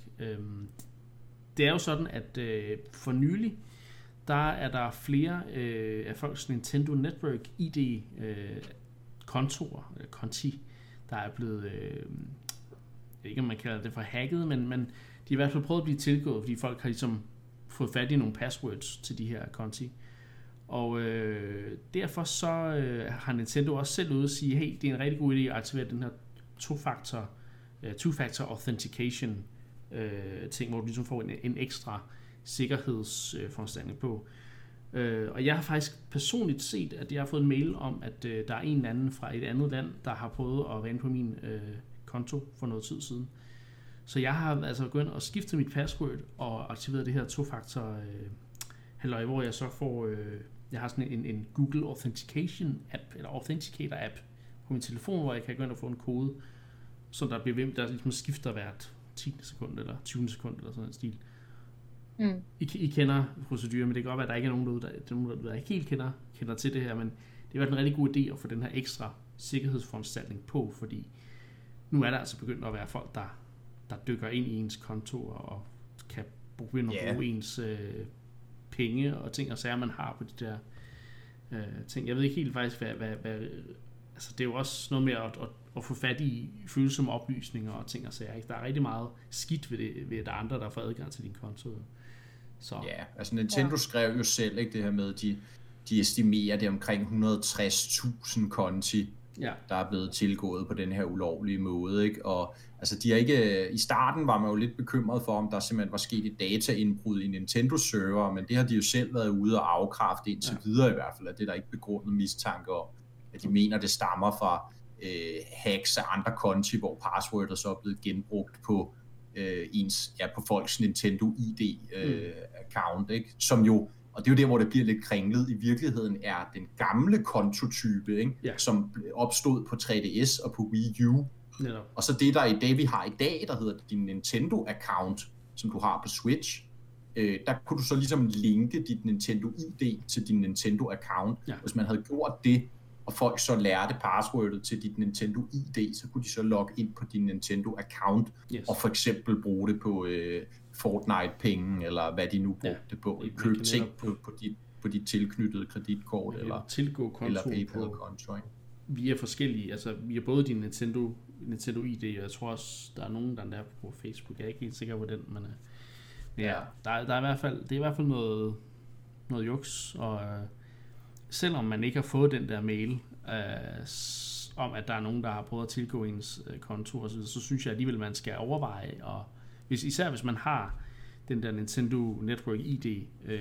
Det er jo sådan, at for nylig, der er der flere af folks Nintendo Network ID kontorer, konti, der er blevet, jeg ved ikke om man kalder det for hacket, men de har i hvert fald prøvet at blive tilgået, fordi folk har ligesom fået fat i nogle passwords til de her konti. Og derfor så har Nintendo også selv ude at sige, hey, det er en rigtig god idé at aktivere den her two-factor authentication ting, hvor du ligesom får en ekstra sikkerhedsforanstaltning på. Og jeg har faktisk personligt set, at jeg har fået en mail om, at der er en anden fra et andet land, der har prøvet at rende på min konto for noget tid siden. Så jeg har altså gået ind og skiftet mit password og aktiveret det her to-factor halløj, hvor jeg så får, jeg har sådan en Google Authentication app, eller Authenticator app på min telefon, hvor jeg kan gå ind og få en kode, så der bliver ved, der ligesom skifter hvert 10 sekund eller 20 sekund eller sådan en stil. Mm. I kender proceduren, men det kan godt være, at der ikke er nogen der ikke helt kender til det her, men det er en rigtig god idé at få den her ekstra sikkerhedsforanstaltning på, fordi nu er der altså begyndt at være folk, der dykker ind i ens konto og kan begynde at bruge ens penge og ting og sager, man har på de der ting. Jeg ved ikke helt faktisk, hvad altså det er jo også noget med at få fat i følsomme oplysninger og ting og sager. Ikke? Der er rigtig meget skidt ved at der er andre, der får adgang til din konto. Så. Ja, altså Nintendo skrev jo selv, ikke, det her med, de estimerer det omkring 160.000 konti, der er blevet tilgået på den her ulovlige måde, ikke? Og altså de er ikke, i starten var man jo lidt bekymret for, om der simpelthen var sket et dataindbrud i Nintendo server, men det har de jo selv været ude og afkræfte indtil videre i hvert fald, at det er der ikke begrundet mistanke om, at de mener, det stammer fra hacks af andre konti, hvor passwordet så er blevet genbrugt på på folks Nintendo ID account, ikke? Som jo, og det er jo der, hvor det bliver lidt kringlet, i virkeligheden er den gamle kontotype, ikke? Som opstod på 3DS og på Wii U. Ja. Og så det vi har i dag, der hedder din Nintendo account, som du har på Switch, der kunne du så ligesom linke dit Nintendo ID til din Nintendo account. Hvis man havde gjort det, og folk så lærte passwordet til dit Nintendo ID, så kunne de så logge ind på din Nintendo account, og for eksempel bruge det på Fortnite-penge, eller hvad de nu brugte det på. Købe ting på dit tilknyttede kreditkort, eller PayPal-konto. Via forskellige, altså via både din Nintendo ID, og jeg tror også, der er nogen, der er på Facebook. Jeg er ikke helt sikker på den, men der er i hvert fald, det er i hvert fald noget juks, og selvom man ikke har fået den der mail om, at der er nogen, der har prøvet at tilgå ens konto, så synes jeg alligevel, man skal overveje, og især hvis man har den der Nintendo Network ID,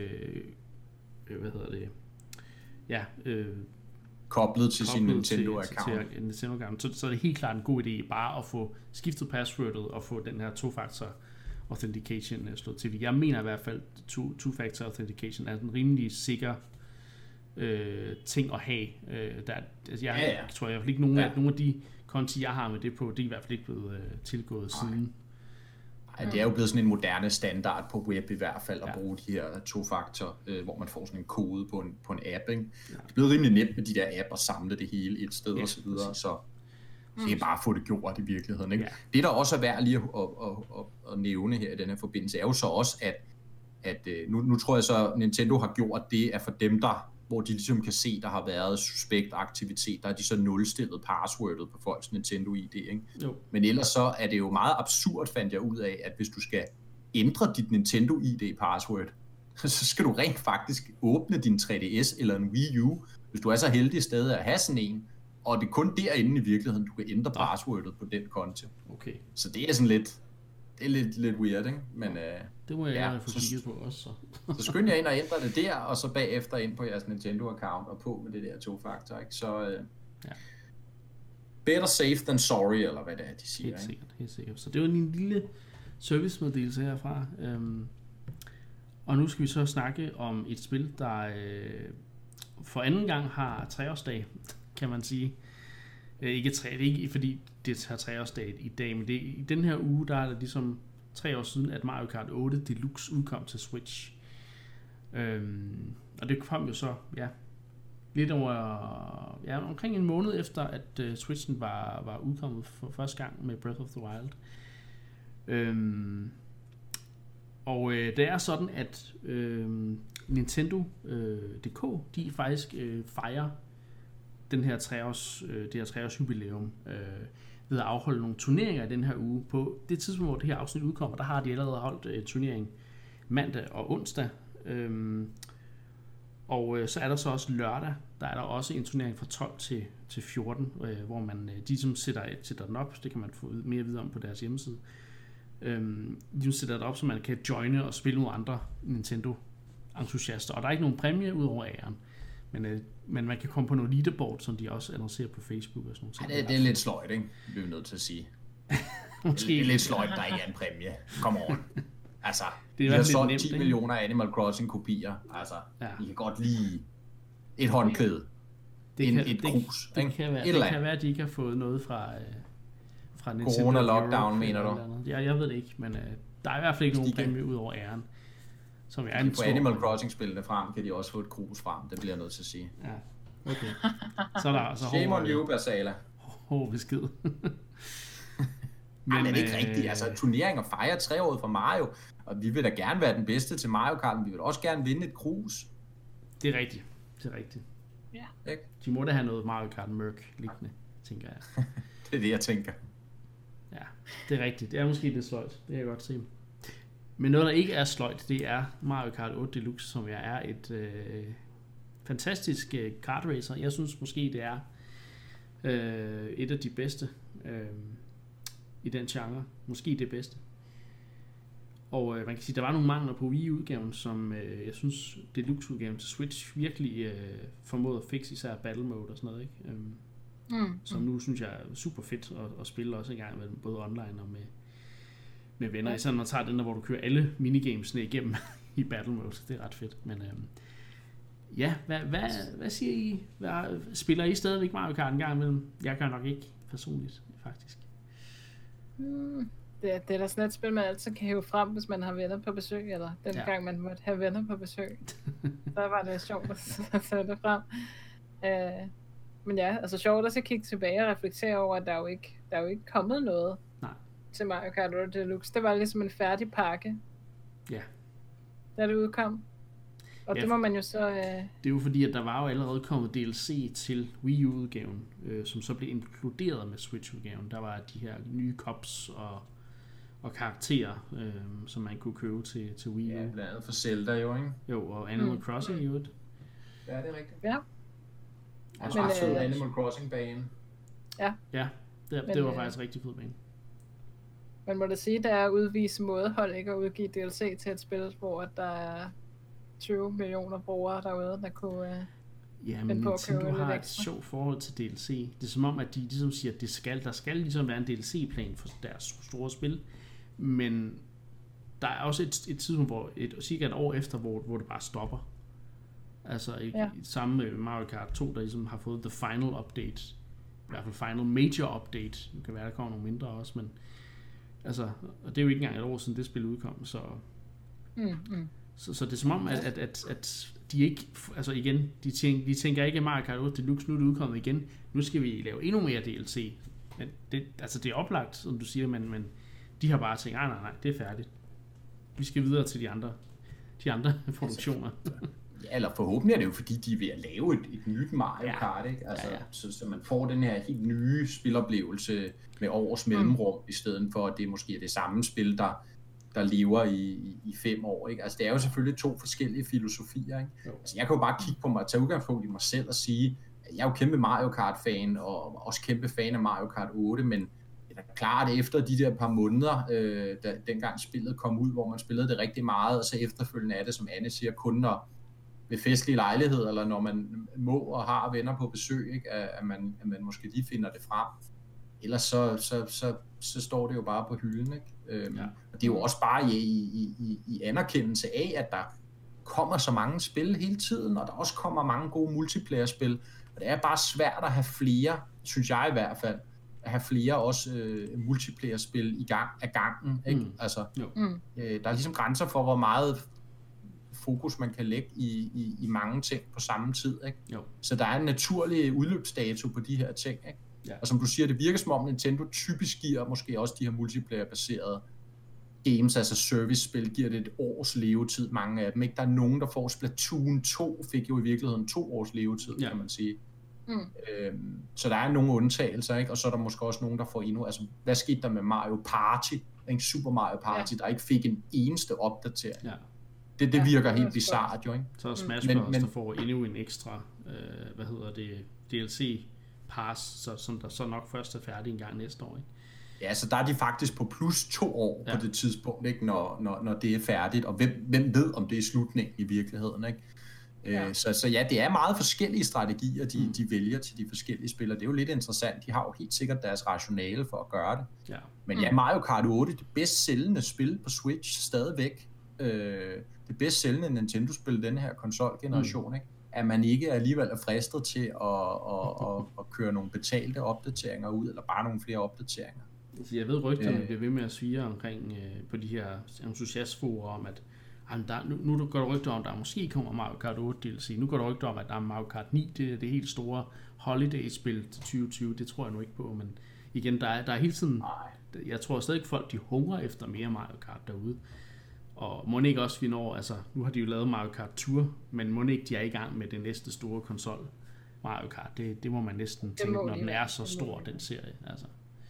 koblet til sin Nintendo-account. Til Nintendo-account, så er det helt klart en god idé bare at få skiftet passwordet og få den her to-factor authentication slået til. Jeg mener i hvert fald, two-factor authentication er en rimelig sikker ting at have. Jeg tror i hvert fald ikke, nogen af de konti, jeg har med det på, det er i hvert fald ikke blevet tilgået siden. Nej, det er jo blevet sådan en moderne standard på web i hvert fald, at bruge de her to-faktor, hvor man får sådan en kode på en app. Ikke? Det er blevet rimelig nemt med de der app at samle det hele et sted og så videre, så det er bare at få det gjort i virkeligheden. Ikke? Det, der også er værd lige at nævne her i den her forbindelse, er jo så også, at nu tror jeg så, Nintendo har gjort det, at for dem, hvor de ligesom kan se, der har været suspekt aktivitet, der er de så nulstillet passwordet på folks Nintendo ID, ikke? Men ellers så er det jo meget absurd, fandt jeg ud af, at hvis du skal ændre dit Nintendo ID-password, så skal du rent faktisk åbne din 3DS eller en Wii U, hvis du er så heldig stadig at have sådan en, og det er kun derinde i virkeligheden, du kan ændre passwordet på den konto. Okay. Så det er sådan lidt, Det er lidt weird, ikke? Men, det må jeg få kigget på også. Så skynd jer ind og ændre det der, og så bagefter ind på jeres Nintendo-account og på med det der 2-faktor, ikke? Så better safe than sorry, eller hvad det er, de siger. Helt sikkert. Så det var en lille servicemeddelelse herfra. Og nu skal vi så snakke om et spil, der for anden gang har 3-årsdag, kan man sige. Ikke fordi det har 3-årsdag i dag, men i den her uge, der er det ligesom 3 år siden, at Mario Kart 8 Deluxe udkom til Switch. Og det kom jo så, lidt over, omkring en måned efter, at Switchen var udkommet for første gang med Breath of the Wild. Og det er sådan, at Nintendo.dk, de faktisk fejrer det her 3-års jubilæum ved at afholde nogle turneringer i den her uge. På det tidspunkt, hvor det her afsnit udkommer, der har de allerede holdt turnering mandag og onsdag. Og så er der så også lørdag, der er der også en turnering fra 12 til 14, hvor man de som sætter den op, det kan man få mere at vide om på deres hjemmeside. De sætter det op, så man kan joine og spille mod andre Nintendo-entusiaster. Og der er ikke nogen præmie ud over æren. Men man kan komme på nogle leaderboard, som de også annoncerer på Facebook og sådan noget. Ja, det er lidt sløjt, ikke? Det er vi nødt til at sige. Det er lidt sløjt, der ikke er en præmie. Come on. Altså, de har solgt 10 millioner Animal Crossing kopier. Altså, I kan godt lide et håndklæde. Et krus. Det kan være, at de ikke har fået noget fra Nintendo. Corona-lockdown, mener du? Jeg ved det ikke, men der er i hvert fald ikke nogen præmie ud over æren. Som er en på Animal Crossing-spillene frem, kan de også få et krus frem. Det bliver jeg nødt til at sige. Ja, okay. Så er der altså shame on you, Basala. Hård besked. Men det er ikke rigtigt. Altså, turneringer fejrer 3-året for Mario, og vi vil da gerne være den bedste til Mario Kart, men vi vil også gerne vinde et krus. Det er rigtigt. Ja. Ikke? De må da have noget Mario Kart Merc liggende, tænker jeg. Det er det, jeg tænker. Ja, det er rigtigt. Det er måske lidt sløjt. Det kan jeg godt se. Men noget, der ikke er sløjt, det er Mario Kart 8 Deluxe, som er et fantastisk kartracer. Jeg synes måske, det er et af de bedste i den genre. Måske det bedste. Og man kan sige, der var nogle mangler på Wii-udgaven, som jeg synes, Deluxe-udgaven til Switch virkelig formåede at fikse, især Battle Mode og sådan noget, ikke? Som nu synes jeg er super fedt at spille også en gang med både online og med venner. Især når man tager den der, hvor du kører alle minigamesne igennem i Battle Mode. Det er ret fedt. Men hvad siger I? Spiller I stadigvæk Mario Kart en gang imellem? Jeg gør nok ikke personligt, faktisk. Det er da sådan et spil, man altid kan hæve frem, hvis man har venner på besøg, eller den gang man måtte have venner på besøg. Så var det sjovt at sætte det frem. Men ja, altså sjovt at så kigge tilbage og reflektere over, at der er jo ikke kommet noget til Mario Kart 8 Deluxe. Det var ligesom en færdig pakke. Ja. Da det udkom. Og det må man jo så... Det er jo fordi, at der var jo allerede kommet DLC til Wii U-udgaven, som så blev inkluderet med Switch-udgaven. Der var de her nye cups og karakterer, som man kunne købe til Wii U. Ja, blandt andet for Zelda jo, ikke? Jo, og Animal Crossing i øvrigt. Ja, det er rigtigt. Ja. Altså ret fed Animal Crossing-bane. Ja. Det var faktisk rigtig fed bane. Man må da sige, der er udvise mådehold, ikke at udgive DLC til et spil, hvor der er 20 millioner brugere derude, der kunne men Nintendo har et sjovt forhold til DLC. Det er som om, at de ligesom siger, at der skal ligesom være en DLC-plan for deres store spil, men der er også et tidspunkt, hvor cirka et år efter, hvor det bare stopper. Altså i samme med Mario Kart 2, der ligesom har fået the final update, i hvert fald final major update. Det kan være, der kommer nogle mindre også, men altså, og det er jo ikke engang et år siden det spil udkom, så så det er som om, at de ikke, altså igen, de tænker ikke, at Mario Kart 8 Deluxe, nu er det udkommet igen, nu skal vi lave endnu mere DLC. Men det er oplagt, som du siger, men de har bare tænkt, nej, det er færdigt. Vi skal videre til de andre produktioner. Ja, eller forhåbentlig er det jo, fordi de er ved at lave et nyt Mario Kart, ikke? Altså, så man får den her helt nye spiloplevelse med års mellemrum, i stedet for, at det måske er det samme spil, der lever i 5 år, ikke? Altså, det er jo selvfølgelig 2 forskellige filosofier, ikke? Altså, jeg kan jo bare kigge på mig, tage udgangspunkt i mig selv og sige, at jeg er jo kæmpe Mario Kart-fan, og også kæmpe fan af Mario Kart 8, men er klart efter de der par måneder, dengang spillet kom ud, hvor man spillede det rigtig meget, og så efterfølgende er det, som Anne siger, kun når ved festlige lejligheder, eller når man må og har venner på besøg, ikke? At man måske lige finder det frem. Ellers så står det jo bare på hylden, ikke? Og det er jo også bare i anerkendelse af, at der kommer så mange spil hele tiden, og der også kommer mange gode multiplayer-spil. Og det er bare svært at have flere, synes jeg i hvert fald, at have flere også multiplayer-spil i gang af gangen, ikke? Altså, der er ligesom grænser for, hvor meget fokus man kan lægge i mange ting på samme tid, ikke? Jo. Så der er en naturlig udløbsdato på de her ting, ikke? Ja. Og som du siger, det virker som om Nintendo typisk giver måske også de her multiplayer-baserede games, altså service-spil, giver det et års levetid, mange af dem, ikke? Der er nogen, der får Splatoon 2, fik jo i virkeligheden 2 års levetid, kan man sige. Så der er nogle undtagelser, ikke? Og så er der måske også nogen, der får endnu, altså hvad skete der med Mario Party, ikke? Super Mario Party, der ikke fik en eneste opdatering. Ja. Det virker helt bizarrt jo, ikke? Så er Smash Bros. Der får endnu en ekstra, DLC pass, som der så nok først er færdig en gang næste år, ikke? Ja, så der er de faktisk på plus 2 år på det tidspunkt, ikke? Når det er færdigt, og hvem ved, om det er slutningen i virkeligheden, ikke? Ja. Så ja, det er meget forskellige strategier, de vælger til de forskellige spillere. Det er jo lidt interessant. De har jo helt sikkert deres rationale for at gøre det. Ja. Men ja, Mario Kart 8, det bedst sælgende spil på Switch stadigvæk. Det bedst sælgende Nintendo-spil denne her konsolgeneration, ikke? At man ikke alligevel er fristet til at køre nogle betalte opdateringer ud, eller bare nogle flere opdateringer. Jeg ved rygterne bliver ved med at svire omkring på de her entusiastforer om, at nu går der rygter om, at der måske kommer Mario Kart 8 DLC. Nu går der rygter om, at der er Mario Kart 9, det helt store holiday-spil til 2020. Det tror jeg nu ikke på, men igen, der er hele tiden... Jeg tror stadig folk, de hungrer efter mere Mario Kart derude. Og må ikke også vi når, altså nu har de jo lavet Mario Kart Tour, men må ikke de er i gang med det næste store konsol Mario Kart. Det må man næsten tænke, når den er så stor, den serie. Altså.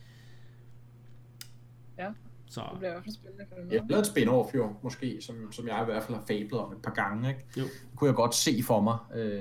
Ja, så. Det bliver i hvert fald spændende. Jeg har lavet et spin-off jo, måske, som jeg i hvert fald har fablet om et par gange. Ikke? Jo. Det kunne jeg godt se for mig.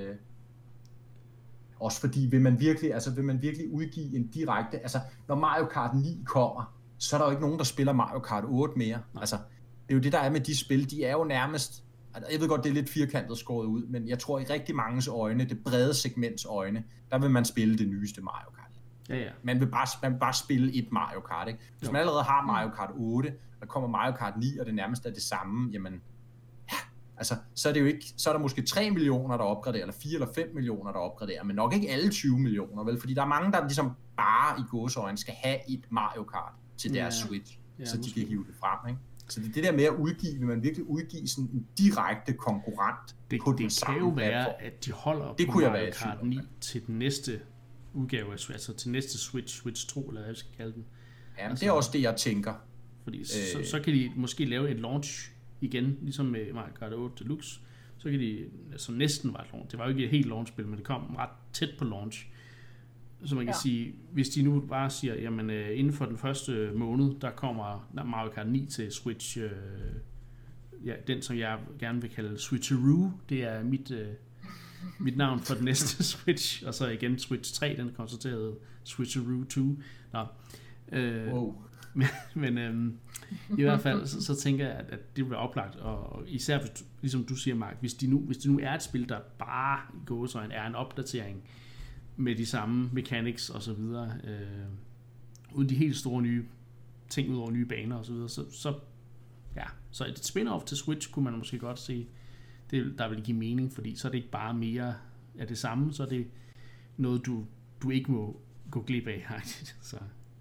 Også fordi, vil man virkelig udgive en direkte... Altså, når Mario Kart 9 kommer, så er der jo ikke nogen, der spiller Mario Kart 8 mere. Altså, det er jo det, der er med de spil. De er jo nærmest... Jeg ved godt, det er lidt firkantet skåret ud, men jeg tror i rigtig manges øjne, det brede segments øjne, der vil man spille det nyeste Mario Kart. Ja. Man vil bare spille et Mario Kart, ikke? Hvis man allerede har Mario Kart 8, der kommer Mario Kart 9, og det nærmest er det samme, jamen... Ja, altså, så er det jo ikke... Så er der måske 3 millioner, der opgraderer, eller 4 eller 5 millioner, der opgraderer, men nok ikke alle 20 millioner, vel? Fordi der er mange, der ligesom bare i gåseøjne skal have et Mario Kart til deres Switch, så de kan hive det frem, ikke? Så det der med at udgive, vil man virkelig udgive sådan en direkte konkurrent på den samme platform. Det kan jo være, at de holder på Mario Kart 9 til den næste udgave, altså til næste Switch 2, eller hvad jeg skal kalde den. Ja, altså, det er også det, jeg tænker. Fordi så kan de måske lave et launch igen, ligesom med Mario Kart 8 Deluxe. Så kan de, altså næsten var et launch. Det var jo ikke et helt launchspil, men det kom ret tæt på launch. Så man kan sige, hvis de nu bare siger, jamen inden for den første måned, der kommer Mario Kart 9 til Switch, den som jeg gerne vil kalde Switcheroo, det er mit navn for den næste Switch, og så igen Switch 3, den konstaterede Switcheroo 2. Wow. Men i hvert fald, så tænker jeg, at det vil være oplagt, og især, ligesom du siger, Mark, hvis det nu er et spil, der bare i gåseøjne er en opdatering, med de samme mechanics og så videre, uden de helt store nye ting ud over nye baner og så videre, så et spin-off til Switch kunne man måske godt se, der vil give mening, fordi så er det ikke bare mere af det samme, så er det noget, du ikke må gå glip af. Så,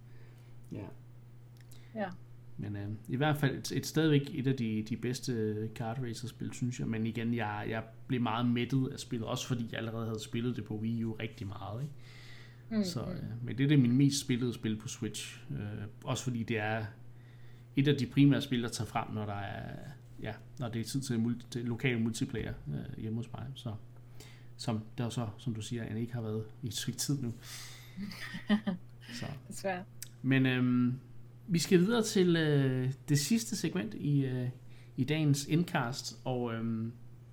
ja. Men i hvert fald stadigvæk et af de bedste kart racer-spil, synes jeg. Men igen, jeg blev meget mættet af spillet, også fordi jeg allerede havde spillet det på Wii U rigtig meget. Ikke? Så, men det er min mest spillede spil på Switch. Også fordi det er et af de primære spil, der tager frem, når det er tid til lokal multiplayer hjemme hos mig. Så, som du siger, Anne ikke har været i et stykke tid nu. Så. Desværre. Men vi skal videre til det sidste segment i dagens Endcast, og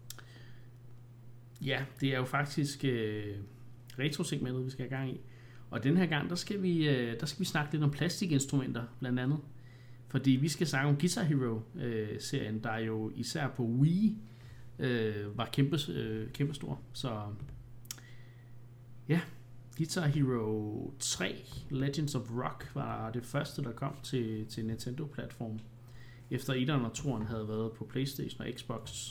det er jo faktisk retrosegmentet, vi skal have gang i. Og den her gang, der skal vi snakke lidt om plastikinstrumenter, blandt andet. Fordi vi skal snakke om Guitar Hero-serien, der jo især på Wii var kæmpe stor. Så ja, Guitar Hero 3 Legends of Rock var det første, der kom til Nintendo-platform. Efter 1'eren og 2'eren havde været på PlayStation og Xbox.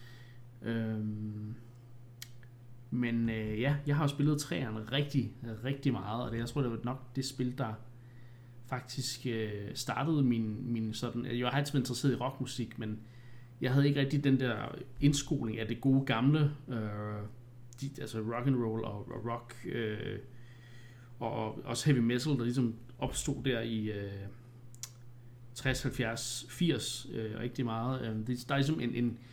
Men ja, jeg har jo spillet 3'eren rigtig, rigtig meget, og jeg tror, det var nok det spil, der faktisk startede min sådan... Jeg har altid været interesseret i rockmusik, men jeg havde ikke rigtig den der indskoling af det gode gamle, altså rock and roll og rock, og også heavy metal, der ligesom opstod der i 60, 70, 80, rigtig meget. Der er ligesom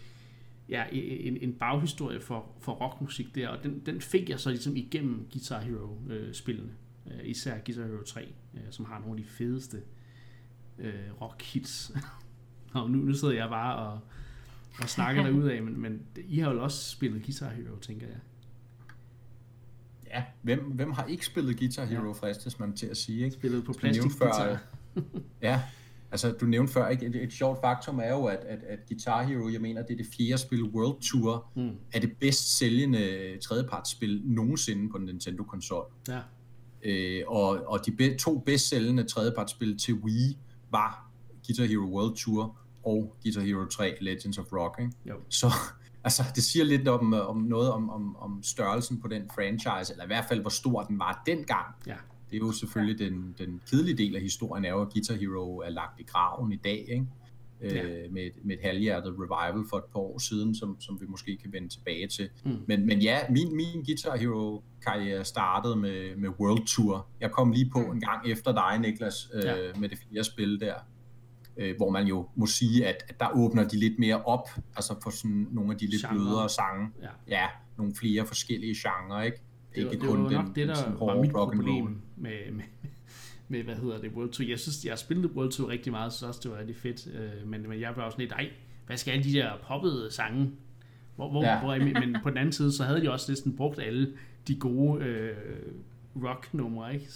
en baghistorie for rockmusik der, og den fik jeg så ligesom igennem Guitar Hero-spillene. Især Guitar Hero 3, som har nogle af de fedeste rock-hits. Og nu sidder jeg bare og snakker derudad, men I har jo også spillet Guitar Hero, tænker jeg. Ja, hvem har ikke spillet Guitar Hero, fristes man til at sige, ikke? Spillet på plastikguitar. Ja, altså du nævnte før, ikke? Et sjovt faktum er jo, at Guitar Hero, jeg mener, det er det 4. spil World Tour, er det bedst sælgende tredjepartsspil nogensinde på en Nintendo-konsol. Ja. Og de 2 bedst sælgende tredjepartsspil til Wii var Guitar Hero World Tour og Guitar Hero 3 Legends of Rock, ikke? Jo. Så altså, det siger lidt om noget om størrelsen på den franchise, eller i hvert fald hvor stor den var dengang. Ja. Det er jo selvfølgelig den kedelige del af historien, er jo, at Guitar Hero er lagt i graven i dag, ikke? Med et halvhjertet revival for et par år siden, som vi måske kan vende tilbage til. Men ja, min Guitar Hero karriere startede med World Tour. Jeg kom lige på en gang efter dig, Niklas, med det 4. spil der, hvor man jo må sige, at der åbner de lidt mere op, altså for sådan nogle af de lidt blødere sange. Ja, nogle flere forskellige genrer, ikke? Det var nok det, der var mit problem med hvad hedder det, World Tour. Jeg synes, jeg har spillet World Tour rigtig meget, så også det var rigtig fedt. Men jeg var også lidt, hvad skal alle de der poppede sange? Men på den anden side, så havde de også næsten brugt alle de gode rock-numre, ikke?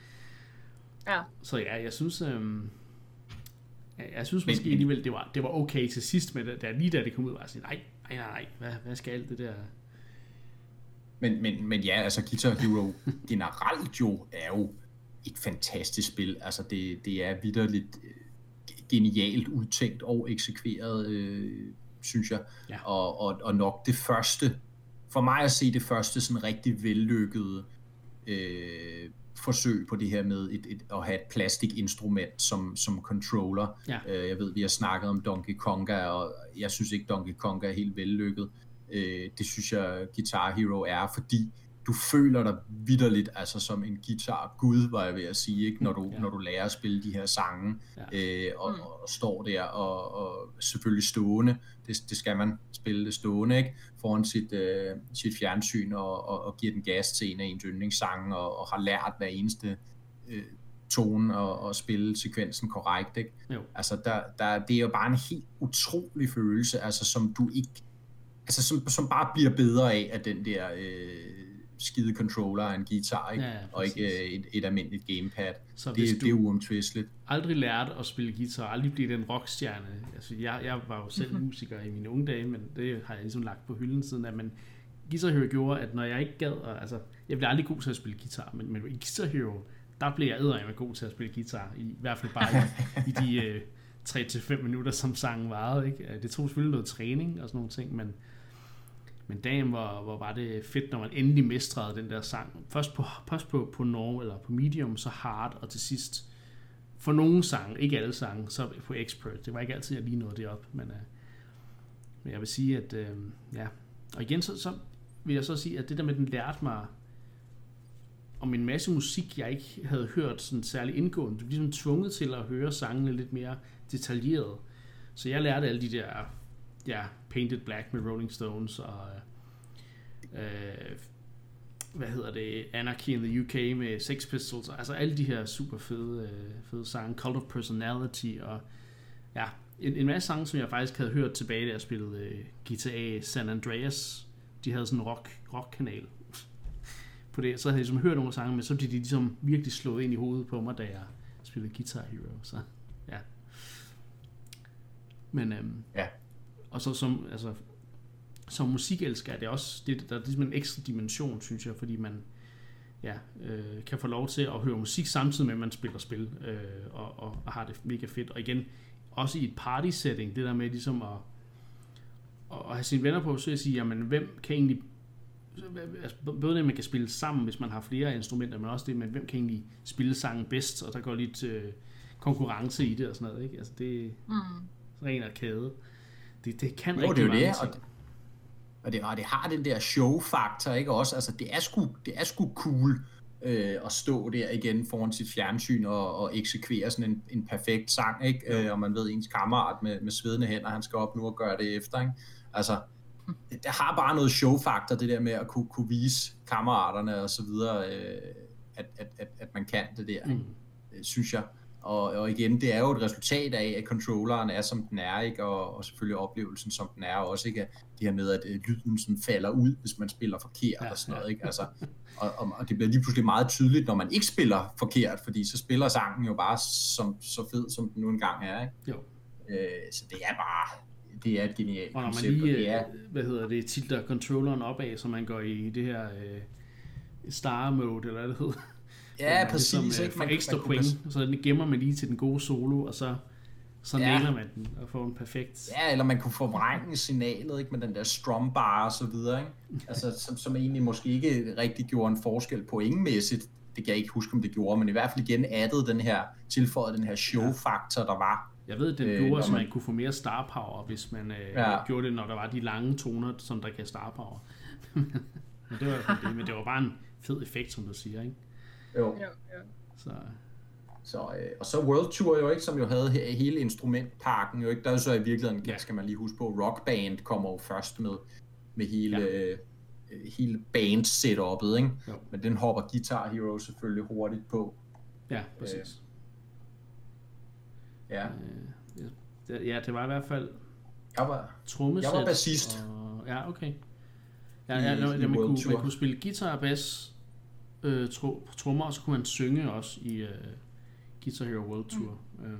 Så ja, jeg synes... Jeg synes måske alligevel, det var okay til sidst, men lige da det kom ud, var jeg sådan, nej, hvad skal alt det der... Men ja, altså Guitar Hero generelt jo er jo et fantastisk spil. Altså det er vitterligt genialt udtænkt og eksekveret, synes jeg. Ja. Og nok det første, for mig at se det første sådan rigtig vellykkede forsøg på det her med at have et plastikinstrument som controller. Ja. Jeg ved, vi har snakket om Donkey Konga, og jeg synes ikke, Donkey Konga er helt vellykket. Det synes jeg, Guitar Hero er, fordi du føler dig vitterligt altså som en guitar-gud, var jeg ved at sige, ikke? Når du lærer at spille de her sange, og står der og selvfølgelig stående. Det skal man spille det stående, ikke? Foran sit fjernsyn og giver den gas til en af ens yndlingssange og har lært hver eneste tone og spille sekvensen korrekt, ikke? Jo. Altså det er jo bare en helt utrolig følelse, altså som du ikke, altså som bare bliver bedre af den der skide controller af en guitar, ikke? Ja, og ikke et almindeligt gamepad. Så det er uomtvisteligt. Aldrig lært at spille guitar, aldrig blive den rockstjerne. Altså jeg var jo selv musiker i mine unge dage, men det har jeg ligesom lagt på hylden siden af, men Guitar Hero gjorde, at når jeg ikke gad, altså jeg blev aldrig god til at spille guitar, men i Guitar Hero, der blev jeg eddermame god til at spille guitar, i hvert fald bare i de 3-5 minutter, som sangen varede, ikke? Det tog selvfølgelig noget træning og sådan nogle ting, men dagen hvor var det fedt, når man endelig mestrede den der sang. Først på normal eller på medium, så hard, og til sidst for nogle sange, ikke alle sange, så på expert. Det var ikke altid, jeg lige nåede det op, men jeg vil sige, at ja. Og igen, så vil jeg så sige, at det der med, den lærte mig om en masse musik, jeg ikke havde hørt sådan særlig indgående. Du blev ligesom tvunget til at høre sangene lidt mere detaljeret. Så jeg lærte alle de der Painted Black med Rolling Stones og hvad hedder det, Anarchy in the UK med Sex Pistols, altså alle de her super fede sange, Cult of Personality og ja, en masse sange, som jeg faktisk havde hørt tilbage, da jeg spillede GTA San Andreas. De havde sådan en rock-kanal på det. Så havde jeg ligesom hørt nogle sange, men så blev de ligesom virkelig slået ind i hovedet på mig, da jeg spillede Guitar Hero. Så ja. Men og så som musikelsker er det også, der er ligesom en ekstra dimension, synes jeg, fordi man kan få lov til at høre musik samtidig med, at man spiller spil, og har det mega fedt. Og igen, også i et party setting, det der med ligesom at have sine venner på, så jeg sige, jamen hvem kan egentlig, altså, både det, man kan spille sammen, hvis man har flere instrumenter, men også det, men hvem kan egentlig spille sangen bedst, og der går lidt konkurrence i det og sådan noget, ikke? Altså det er ren arkade. Det kan rigtig mange ting. Og det har den der show-faktor, ikke også? Altså, det er sgu cool at stå der igen foran sit fjernsyn og eksekvere sådan en perfekt sang, ikke? Og man ved, ens kammerat med svedende hænder, han skal op nu og gøre det efter, ikke? Altså, det har bare noget show-faktor, det der med at kunne vise kammeraterne og så videre, at man kan det der, ikke? Synes jeg. Og igen, det er jo et resultat af, at controlleren er, som den er, ikke? Og selvfølgelig oplevelsen, som den er også, ikke? Det her med, at lyden sådan falder ud, hvis man spiller forkert og sådan noget, ikke? Altså, og det bliver lige pludselig meget tydeligt, når man ikke spiller forkert, fordi så spiller sangen jo bare så fed, som den nu engang er, ikke? Jo. Så det er et genialt koncept. Og når man lige, tilter controlleren opad, så man går i det her star mode, eller hvad det hedder. Ja, præcis. Ligesom, for ekstra point, så gemmer man lige til den gode solo, og så nailer man den og får en perfekt. Ja, eller man kunne forvrænge signalet, ikke, med den der strum bar og så videre, ikke? Altså, som egentlig måske ikke rigtig gjorde en forskel pointmæssigt. Det kan jeg ikke huske, om det gjorde, men i hvert fald igen tilføjede den her show-faktor, der var. Jeg ved, det gjorde, så man kunne få mere star power, hvis man gjorde det, når der var de lange toner, som der kan star power. Men det var bare en fed effekt, som du siger, ikke? Jo. Og så World Tour jo ikke, som jo havde hele instrumentparken jo ikke. Der er jo så i virkeligheden, skal man lige huske på, Rock Band kommer jo først med hele band setup'et, ikke? Jo. Men den hopper Guitar Hero selvfølgelig hurtigt på. Ja, præcis. Det var i hvert fald trommesæt. Jeg var bassist. Ja, okay. Man kunne spille guitar og bass, trommer, og så kunne man synge også i Guitar Hero World Tour.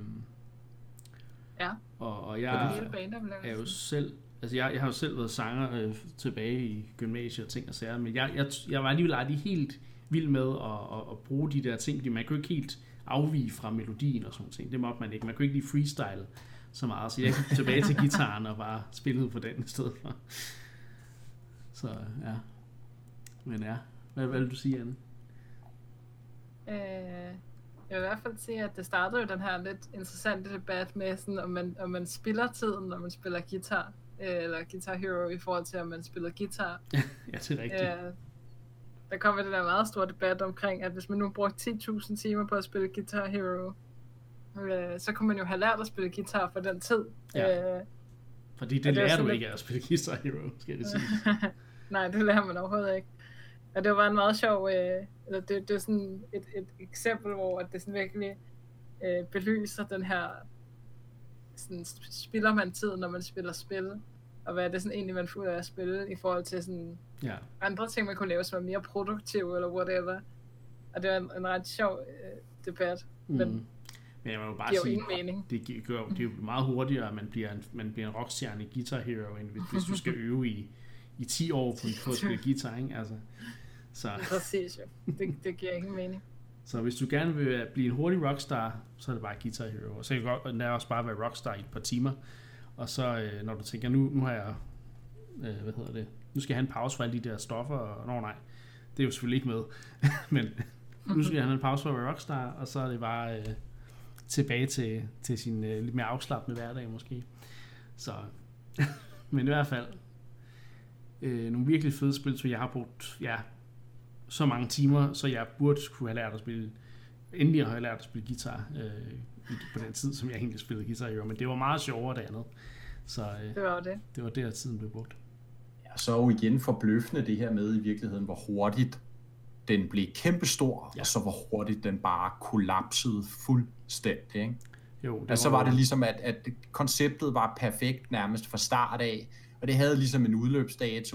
Og jeg er jo selv, altså jeg har jo selv været sanger tilbage i gymnasiet og ting og sager, men jeg var alligevel aldrig helt vild med at bruge de der ting, fordi man kunne ikke helt afvige fra melodien og sådan ting. Det måtte man ikke. Man kunne ikke lige freestyle så meget, så jeg gik tilbage til gitaren og bare spillede på den i stedet for. Så ja. Men ja, hvad vil du sige, Anne? Jeg vil i hvert fald sige, at det startede jo den her lidt interessante debat med, sådan, om man spiller tiden, når man spiller guitar, eller Guitar Hero, i forhold til, om man spiller guitar. Ja, det er rigtigt. Der kommer det der meget store debat omkring, at hvis man nu brugte 10.000 timer på at spille Guitar Hero, så kunne man jo have lært at spille guitar for den tid. Ja. Fordi det lærer du ikke af at spille Guitar Hero, skal det sige. Nej, det lærer man overhovedet ikke. Og det var en meget sjov, det er sådan et eksempel, hvor det sådan virkelig belyser den her, sådan, spiller man tid, når man spiller spil, og hvad er det sådan egentlig, man får ud af at spille, i forhold til sådan andre ting, man kunne lave, som er mere produktive, eller whatever. Og det var en ret sjov debat, men jeg må jo bare sige, det er jo meget hurtigere, at man bliver en rockstjerne i Guitar Hero, end hvis du skal øve i 10 år på at spille guitar, ikke? Altså, så. Præcis, jo. Det giver ingen mening. Så hvis du gerne vil blive en hurtig rockstar, så er det bare Guitar Hero. Og så kan det godt også bare være rockstar i et par timer. Og så når du tænker, nu har jeg, nu skal jeg have en pause fra alle de der stoffer, og nej, det er jo selvfølgelig ikke med. Men nu skal jeg have en pause fra at være rockstar, og så er det bare tilbage til sin lidt mere afslappende hverdag måske. Så, men i hvert fald, nogle virkelig fede spil, så jeg har brugt, så mange timer, så jeg burde kunne have lært at spille, endelig have lært at spille guitar på den tid, som jeg egentlig spillede Guitar Hero, men det var meget sjovere det andet. Så det var der tiden blev brugt. Ja, så jo igen forbløffende det her med i virkeligheden, hvor hurtigt den blev kæmpestor, og så hvor hurtigt den bare kollapsede fuldstændig, ikke? Jo, så var det ligesom, at konceptet var perfekt nærmest fra start af, og det havde ligesom en udløbsdato,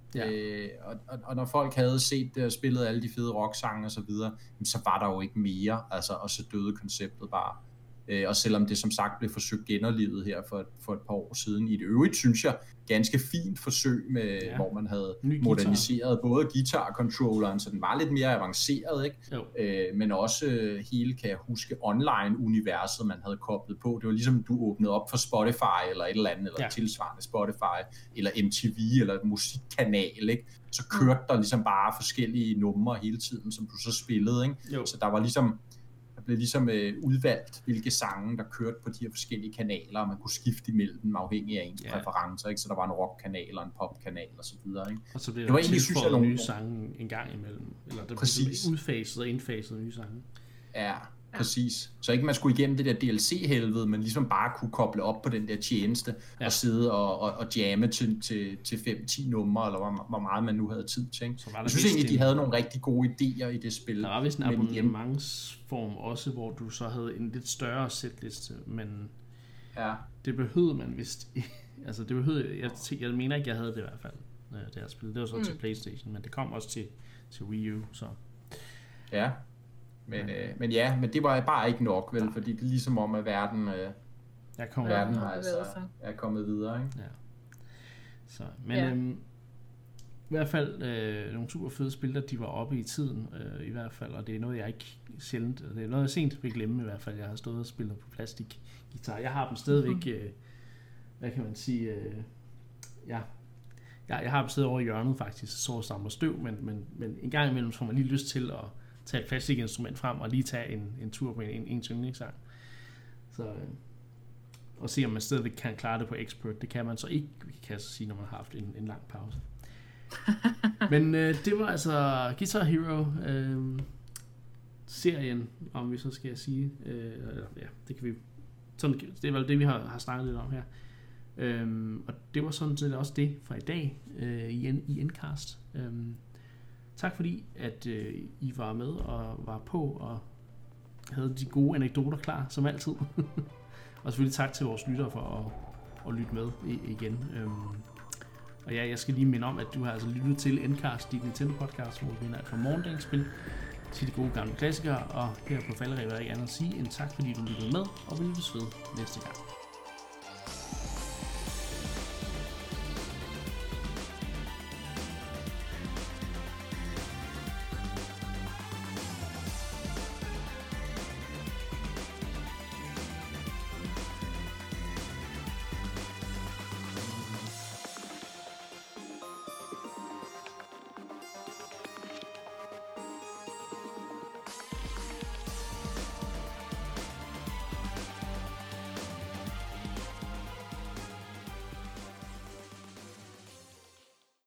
Ja. Og når folk havde set spillet alle de fede rocksange og så videre, så var der jo ikke mere, altså, og så døde konceptet bare. Og selvom det som sagt blev forsøgt genoplivet her for et par år siden, i det øvrigt, synes jeg, ganske fint forsøg, med, hvor man havde moderniseret både guitar-controlleren, så den var lidt mere avanceret, ikke? Men også hele, kan jeg huske, online-universet, man havde koblet på. Det var ligesom, du åbnede op for Spotify, eller et eller andet, eller tilsvarende Spotify, eller MTV, eller et musikkanal, ikke? Så kørte der ligesom bare forskellige numre hele tiden, som du så spillede, ikke? Så der var ligesom... blev ligesom udvalgt, hvilke sange, der kørte på de her forskellige kanaler, og man kunne skifte imellem dem afhængig af ens præferencer, ikke? Så der var en rockkanal og en popkanal og så videre, ikke? Og så blev der tilføjet nye sange en gang imellem, eller der blev udfaset og indfaset nye sange. Ja, præcis. Så ikke man skulle igennem det der DLC-helvede, men ligesom bare kunne koble op på den der tjeneste, og sidde og jamme til 5-10 numre, eller hvor meget man nu havde tid til, ikke? Jeg synes egentlig, de havde nogle rigtig gode idéer i det spil. Der var vist en abonnementsform også, hvor du så havde en lidt større setliste, men det behøvede man vist. Altså det behøvede, jeg mener ikke, jeg havde det i hvert fald, det her spil. Det var så til PlayStation, men det kom også til Wii U, så... Ja. Men det var bare ikke nok, vel? Fordi det er ligesom om, at verden har er kommet videre, ikke? Ja. Så, men i hvert fald nogle super fede spil, der de var oppe i tiden, i hvert fald, og det er noget, jeg ikke sjældent, det er noget, jeg sent vil glemme i hvert fald. Jeg har stået og spillet på plastikgitar. Jeg har dem stadigvæk, hvad kan man sige, jeg har dem stadig over i hjørnet faktisk, så samler støv, men en gang imellem får man lige lyst til at tage et plastikinstrument frem og lige tage en tur på en yndlingssang. Så og se om man stadigvæk kan klare det på expert. Det kan man så ikke, kan jeg så sige, når man har haft en lang pause. Men det var altså Guitar Hero serien, om vi så skal sige. Det kan vi. Sådan, det er vel det vi har snakket lidt om her. Og det var sådan set også det for i dag i Endcast. Tak fordi, at I var med og var på og havde de gode anekdoter klar, som altid. Og selvfølgelig tak til vores lyttere for at lytte med igen. Og jeg skal lige minde om, at du har altså lyttet til Endcast, dit Nintendo-podcast, hvor vi vinder alt fra morgendagens spil til de gode gamle klassikere. Og her på falderæbet er ikke andet at sige end tak, fordi du lyttede med, og vi lyttes ved næste gang.